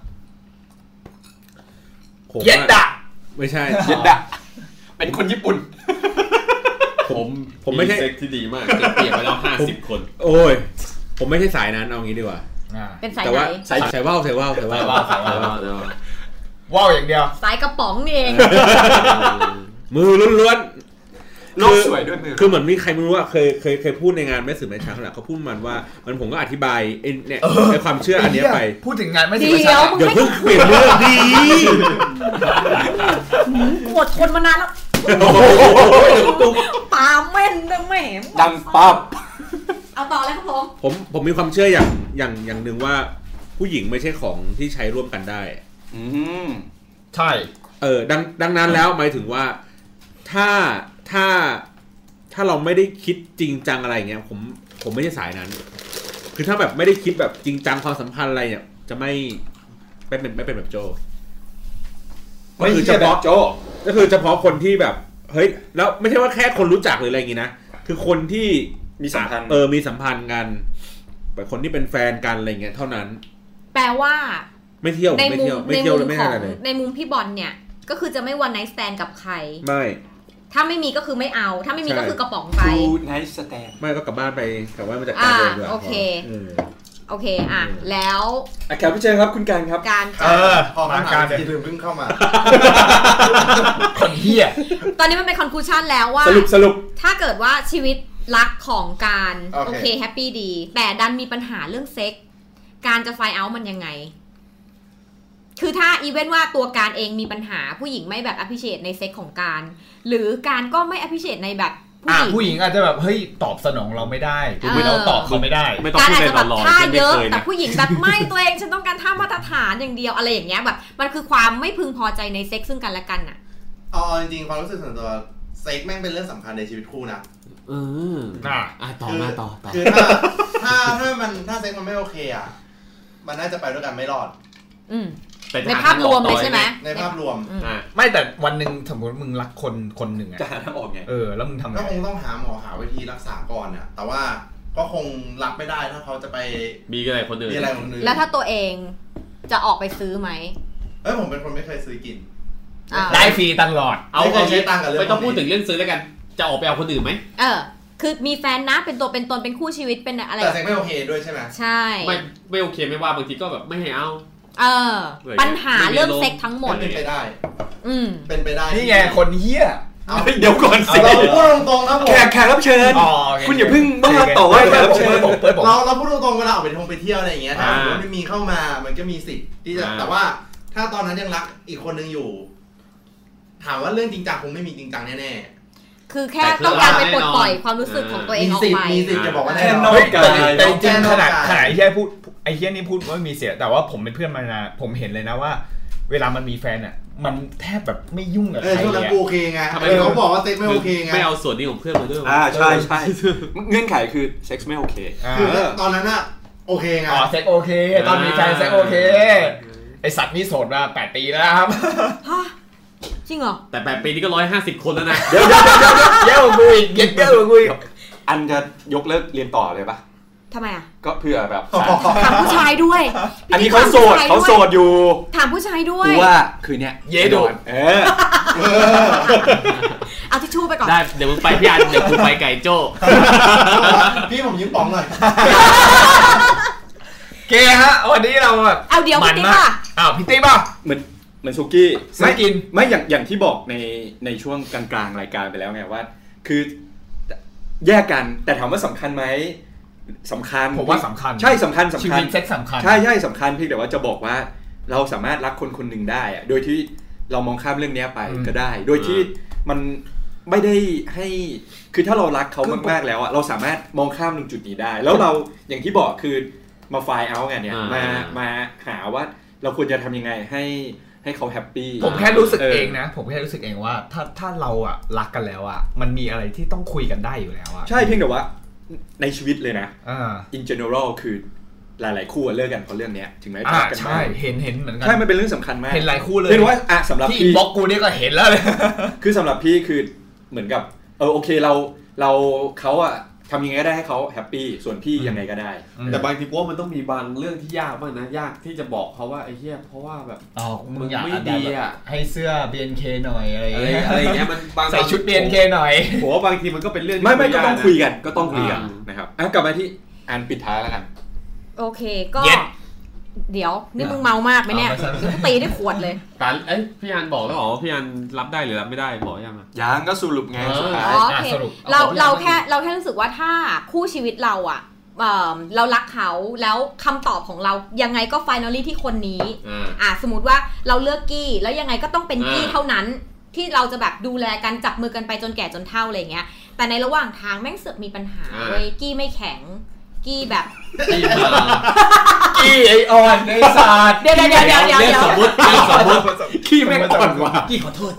เย็ดดะไม่ใช่เย็ดดะเป็นคนญี่ปุ่นผมไม่ใช่เซ็กที่ดีมากเปลี่ยนไปแล้ว50 คนโอ้ยผมไม่ใช่สายนั้นเอางี้ดีกว่าเป็นสายไหนสายว่าวว่าวอย่างเดียวสายกระป๋องนี่เองมือล้วนโลกสวยด้วยมือคือเหมือนมีใครไม่รู้ว่าเคยพูดในงานแม่สื่อแม่ช้างแหละเขาพูดมันว่ามันผมก็อธิบายเนี่ยในความเชื่ออันนี้ไปพูดถึงงานแม่สื่อแม่ช้างอย่าเพิ่งเปลี่ยนเรื่องดีปวดทนมานานแล้วปาแม่นแม่ดังปั๊บเอาต่อเลยครับผมมีความเชื่ออย่างหนึ่งว่าผู้หญิงไม่ใช่ของที่ใช้ร่วมกันได้ใช่ดังนั้นแล้วหมายถึงว่าถ้าเราไม่ได้คิดจริงจังอะไรเงี้ยผมไม่ใช่สายนั้นคือถ้าแบบไม่ได้คิดแบบจริงจังความสัมพันธ์อะไรเนี่ยจะไม่เป็นแบบโจก็คือเฉพาะโจก็คือเฉพาะคนที่แบบเฮ้ยแล้วไม่ใช่ว่าแค่คนรู้จักหรืออะไรอย่างงี้นะคือคนที่มีสัมพันธ์มีสัมพันธ์กันแบบคนที่เป็นแฟนกันอะไรเงี้ยเท่านั้นแปลว่าไม่เที่ยวเลยไม่อะไรเลยในมุมพี่บอลเนี่ยก็คือจะไม่วันไนท์สแตนกับใครไม่ถ้าไม่มีก็คือไม่เอาถ้าไม่มีก็คือกระป๋องไปไนท์สแตนไม่ก็กลับบ้านไปกลับบ้านมาจากการเดินด้วยโอเคแล้วแขกผู้เชิญครับคุณการครับพอมาการที่ลืมเพิ่งเข้ามาคนเหี้ยตอนนี้มันเป็นคอนคลูชั่นแล้วว่าสรุปถ้าเกิดว่าชีวิตรักของการโอเคแฮปปี้ดีแต่ดันมีปัญหาเรื่องเซ็กการจะไฟเอาท์มันยังไงคือถ้าอีเวนต์ว่าตัวการเองมีปัญหาผู้หญิงไม่แบบ appreciate ในเซ็กของการหรือการก็ไม่ appreciate ในแบบผู้หญิงอาจจะแบบเฮ้ยตอบสนองเราไม่ได้เราตอบเขาไม่ได้การอาจจะแบบท่าเยอะแต่ผู้หญิงแบบไม่ตัวเองฉันต้องการท่ามาตรฐานอย่างเดียวอะไรอย่างเงี้ยแบบมันคือความไม่พึงพอใจในเซ็กซึ่งกันและกันน่ะจริงๆความรู้สึกส่วนตัวเซ็กแม่งเป็นเรื่องสำคัญในชีวิตคู่นะต่อมาต่อคือถ้าเซ็กมันไม่โอเคอ่ะมันน่าจะไปด้วยกันไม่รอดในภาพรวมเลยใช่ไหมในภาพรวมไม่แต่วันหนึ่งสมมติมึงรักคนหนึ่งจะหาทางออกไงแล้วมึงทำไงก็คงต้องหาหมอหาวิธีรักษาก่อนน่ะแต่ว่าก็คงรับไม่ได้ถ้าเขาจะไปมีอะไรคนอื่นแล้วถ้าตัวเองจะออกไปซื้อไหมผมเป็นคนไม่เคยซื้อกินได้ฟรีตลอดเอาใช้ตังค์กันเลยไม่ต้องพูดถึงเรื่องซื้อแล้วกันจะออกไปเอาคนอื่นไหมคือมีแฟนนะเป็นตัวเป็นตนเป็นคู่ชีวิตเป็นอะไรแต่เซ็กไม่โอเคด้วยใช่ไหมใช่ไม่โอเคไม่ว่าบางทีก็แบบไม่ให้เอาปัญหาเรื่องเซ็กทั้งหมดเป็นไปได้เป็นไปได้นี่ไงคนเหี้ยเดี๋ยวก่อนสิเราพูดตรงๆครับผมแขกรับเชิญคุณอย่าเพิ่งบ้าต่อว่าแขกรับเชิญเราพูดตรงๆเวลาออกไปเที่ยวอะไรอย่างเงี้ยถ้าไม่มีเข้ามามันก็มีสิทธิ์ที่จะแต่ว่าถ้าตอนนั้นยังรักอีกคนนึงอยู่ถามว่าเรื่องจริงจังคงไม่มีจริงจังแน่ๆคือแค่ต้องการไปปลดปล่อยความรู้สึกของตัวเองออกไปมีสิทธิ์จะบอกว่าแน่นอนแต่จริงขนาดไอ้เหี้ยพูดไอ้เหี้ยนี่พูดว่ามีเสียแต่ว่าผมเป็นเพื่อนมานานผมเห็นเลยนะว่าเวลามันมีแฟนอ่ะมันแทบแบบไม่ยุ่งกับใครช่วงนั้นโอเคไงเขาบอกว่าเซ็กไม่โอเคไงไม่เอาส่วนนี้ของเพื่อนมาด้วยใช่ใช่เงื่อนไขคือเซ็กซ์ไม่โอเคคือตอนนั้นอะโอเคไงเซ็กโอเคตอนมีแฟนเซ็กโอเคไอสัตว์นี่โสดมา8 ปีแล้วครับจริงเหรอแต่8 ปีนี่ก็150 คนแล้วนะเดี๋ยวกูอีกเยอะกูอีกอันจะยกเลิกเรียนต่อเลยปะทำไมอ่ะก็เพื่อแบบถามผู้ชายด้วยอันนี้เขาโสดอยู่ถามผู้ชายด้วยว่าคืนเนี้ยเยโดนเอาทิชชู่ไปก่อนได้เดี๋ยวมึงไปพี่อันเดี๋ยวกูไปไก่โจ้พี่ผมยืมป๋องหน่อยเกฮะวันนี้เราเอาเดี๋ยวพี่ติ๊กป่ะพี่ติ๊กป่ะเหมือนซุกี้ไม่กินไม่อย่างที่บอกในช่วงกลางๆรายการไปแล้วไงว่าคือแยกกันแต่ถามว่าสำคัญไหมสำคัญผมว่าสำคัญใช่สำคัญชีวิตเซ็กสำคัญใช่สำคัญเพียงแต่ว่าจะบอกว่าเราสามารถรักคนคนหนึ่งได้โดยที่เรามองข้ามเรื่องนี้ไปก็ได้โดยที่มันไม่ได้ให้คือถ้าเรารักเขามากๆแล้วเราสามารถมองข้ามตรงจุดนี้ได้แล้วเราอย่างที่บอกคือมาไฟล์เอาท์กันเนี่ยมาหาว่าเราควรจะทำยังไงให้เขาแฮปปี้ผมแค่รู้สึกเองนะผมแค่รู้สึกเองว่าถ้าเรารักกันแล้วมันมีอะไรที่ต้องคุยกันได้อยู่แล้วใช่เพียงแต่ว่าในชีวิตเลยนะin general คือหลายๆคู่เลิกกันเพราะเรื่องนี้ถึงแม้จะรักกันใช่เห็นเหมือนกันใช่มันเป็นเรื่องสำคัญมากเห็นหลายคู่เลยเห็นว่าสำหรับพี่บล็อกกูนี่ก็เห็นแล้วเลยคือสำหรับพี่คือเหมือนกับโอเคเราเขาทำยังไงก็ได้ให้เขาแฮปปี้ส่วนพี่ยังไงก็ได้แต่บางทีว่ามันต้องมีบางเรื่องที่ยากบ้างนะยากที่จะบอกเขาว่าไอ้เหี้ยเพราะว่าแบบมึงอยากไม่ดีให้เสื้อ BNK หน่อยอะไรอย่างเงี้ยมันใส่ชุด BNK หน่อยผมว่าบางทีมันก็เป็นเรื่องไม่ก็ต้องคุยกันนะครับกลับมาที่อันปิดท้ายแล้วกันโอเคก็เดี๋ยวนี่มึงเมามากไหมเนี่ยตีได้ขวดเลยการพี่อันบอกแล้วพี่อันรับได้หรือรับไม่ได้บอกยังก็สรุปไงสุดท้ายสรุปเราแค่รู้สึกว่าถ้าคู่ชีวิตเราเรารักเขาแล้วคำตอบของเรายังไงก็ finally ที่คนนี้สมมติว่าเราเลือกกี้แล้วยังไงก็ต้องเป็นกี้เท่านั้นที่เราจะแบบดูแลกันจับมือกันไปจนแก่จนเฒ่าอะไรเงี้ยแต่ในระหว่างทางแม่งเสือกมีปัญหาเว้ยกี้ไม่แข็งกี้แบบกี้ไออ่อนไอศาสตร์เดี๋ยวสมมติกี้ไม่อ่อนว่ะกี้ขอโทษ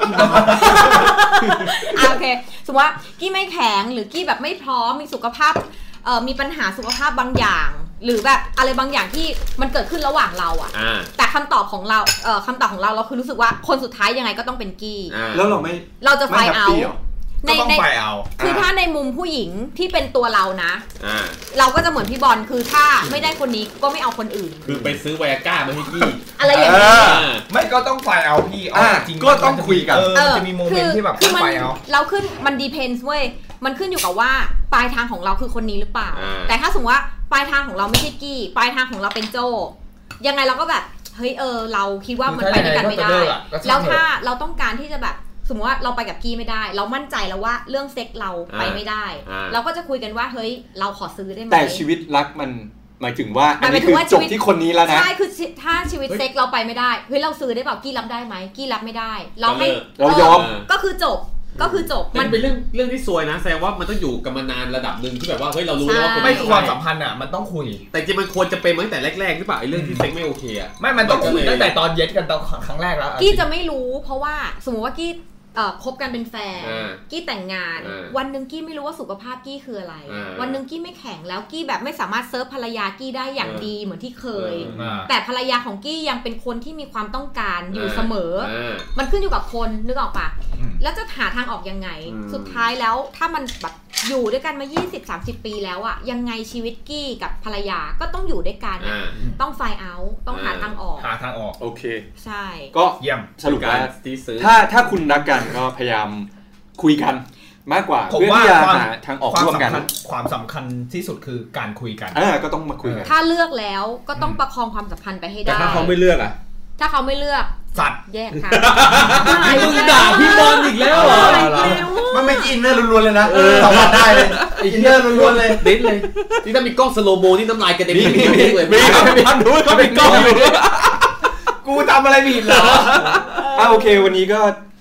โอเคสมมติว่ากี้ไม่แข็งหรือกี้แบบไม่พร้อมมีสุขภาพมีปัญหาสุขภาพบางอย่างหรือแบบอะไรบางอย่างที่มันเกิดขึ้นระหว่างเราแต่คำตอบของเราเราคือรู้สึกว่าคนสุดท้ายยังไงก็ต้องเป็นกี้แล้วเราจะไฟเอาในคือถ้าในมุมผู้หญิงที่เป็นตัวเรานะเราก็จะเหมือนพี่บอลคือถ้าไม่ได้คนนี้ก็ไม่เอาคนอื่นคือไปซื้อไวอาก้ามาให้กี้อะไรอย่างนี้ไม่ก็ต้องไฟเอาพี่จริงก็ต้องคุยกันจะมีโมเมนต์ที่แบบไฟเอาเราขึ้นมัน depends เว้ยมันขึ้นอยู่กับว่าปลายทางของเราคือคนนี้หรือเปล่าแต่ถ้าสมมติว่าปลายทางของเราไม่ใช่กี้ปลายทางของเราเป็นโจยังไงเราก็แบบเฮ้ยเราคิดว่ามันไปด้วยกันไม่ได้แล้วถ้าเราต้องการที่จะแบบสมมติว่าเราไปกับกี้ไม่ได้เรามั่นใจแล้วว่าเรื่องเซ็กเราไปไม่ได้เราก็จะคุยกันว่าเฮ้ยเราขอซื้อได้ไหมแต่ชีวิตรักมันหมายถึงว่าอันนี้คือจบที่คนนี้แล้วนะใช่คือถ้าชีวิตเซ็กเราไปไม่ได้เฮ้ยเราซื้อได้เปล่ากี้รับได้ไหมกี้รับไม่ได้เราให้เรายอมก็คือจบมันเป็นเรื่องที่ซวยนะแสดงว่ามันต้องอยู่กันมานานระดับนึงที่แบบว่าเฮ้ยเรารู้แล้วว่าคนไม่ความสัมพันธ์มันต้องคุยแต่จริงมันควรจะเป็นตั้งแต่แรกๆหรือเปล่าไอ้เรื่องที่เซ็กไม่โอเคไม่มันต้องคุยตั้งแต่ตอนเย็ดกันตอนครั้งแรกแล้วกี้จะไม่รู้เพราะว่าสมมติว่ากี้คบกันเป็นแฟนกี้แต่งงานวันนึงกี้ไม่รู้ว่าสุขภาพกี้คืออะไรวันนึงกี้ไม่แข็งแล้วกี้แบบไม่สามารถเซิร์ฟภรรยากี้ได้อย่างดีเหมือนที่เคยแต่ภรรยาของกี้ยังเป็นคนที่มีความต้องการอยู่เสมอมันขึ้นอยู่กับคนนึกออกปะแล้วจะหาทางออกยังไงสุดท้ายแล้วถ้ามันแบบอยู่ด้วยกันมา 20-30 ปีแล้วยังไงชีวิตกี้กับภรรยาก็ต้องอยู่ด้วยกันต้องไฟเอาท์ต้องหาทางออกโอเคใช่ก็เยี่ยมสรุปว่าถ้าคุณรักกันก็พยายามคุยกันมากกว่าเพื่อที่จะหาทางออกร่วมกันความสำคัญที่สุดคือการคุยกันก็ต้องมาคุยกันถ้าเลือกแล้วก็ต้องประคองความสัมพันธ์ไปให้ได้แต่ถ้าเขาไม่เลือกถ้าเขาไม่เลือกสัตว์แยกค่ะมึงด่าพี่บอลอีกแล้วเหรอมันไม่อินเนอร์ล้วนๆเลยนะสัมผัสได้เลยอินเนอร์ล้วนๆเลยดิ้นเลยนี่ถ้ามีกล้องสโลโมนี่น้ำลายกระเด็นเลยมีทำดูเขาเป็นกล้องอยู่กูทำอะไรผิดเหรอโอเควันนี้ก็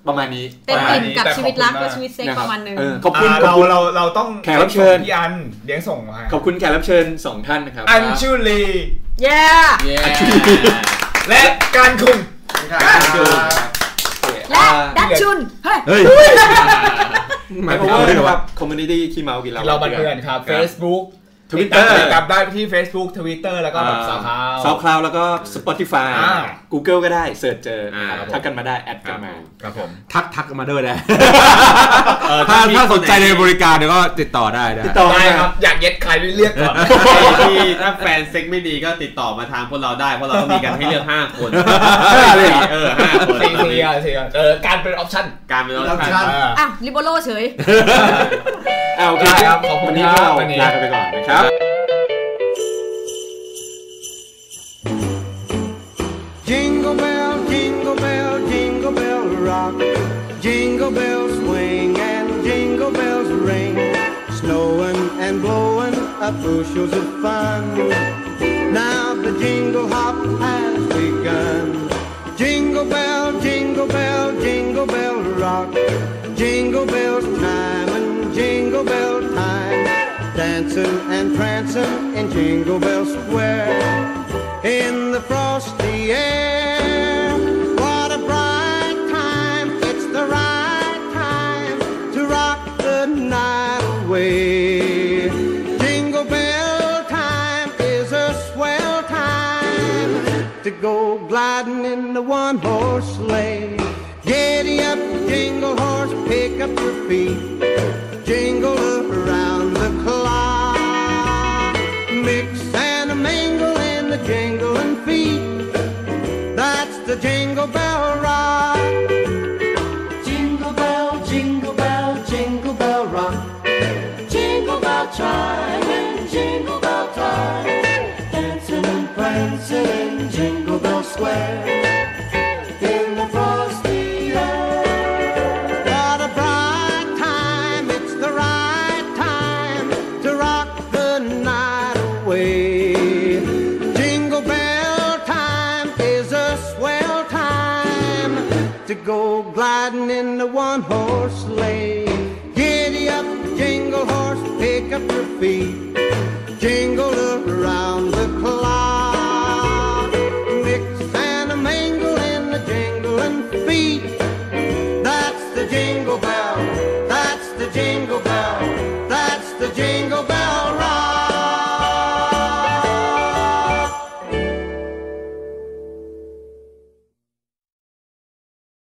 ประมาณนี้เต็มอิ่มกับชีวิตรักและชีวิตเซ็กประมาณนึงขอบคุณเราต้องแขกรับเชิญพี่อันเลี้ยงส่งมาขอบคุณแขกรับเชิญ2ท่านนะครับอัญชุลีเย้และการคุมและดัชชุนเฮ้ยหมายความว่าครับคอมมูนิตี้ขี้เมากินเราบันเพื่อนครับ Facebook Twitter ติดตามได้ที่ Facebook Twitter แล้วก็แบบ SoundCloud แล้วก็ Spotify Google ก็ได้เสิร์ชเจอทักกันมาได้แอดกันมาครับผมทักกันมาด้วยได้ถ้าสนใจในบริการเดี๋ยวก็ติดต่อได้ครับอยากเย็ดใครเรียกก่อนที่ถ้าแฟนเซ็กไม่ดีก็ติดต่อมาทางพวกเราได้เพราะเราก็มีกันให้เลือก5คน 5คนการเป็นออปชั่นลิโบโลเฉยโอเคครับขอบคุณที่เราลาไปก่อนนะครับ Jingle bell, jingle bell, jingle bell rock. Jingle bells swing and jingle bells ring. Snowing and blowing up bushels of fun. Now the jingle hop has begun. Jingle bell, jingle bell, jingle bell rock. Jingle bells time and jingle bell time. Dancing and prancing in Jingle Bell Square. In the frosty air, what a bright time. It's the right time to rock the night away. Jingle bell time is a swell time to go gliding in the one-horse sleigh. Giddy up, jingle horse, pick up your feet. Jingle around the clock. Mix and a mingle in the jingling feet. That's the Jingle Bell Rock. Jingle bell, jingle bell, jingle bell rock. Jingle bell chime and jingle bell time. Dancing and prancing in Jingle Bell Square. In the frosty air. What a bright time, it's the right time to rock the night away. Jingle bell time is a swell time to go gliding in the one-horse sleigh.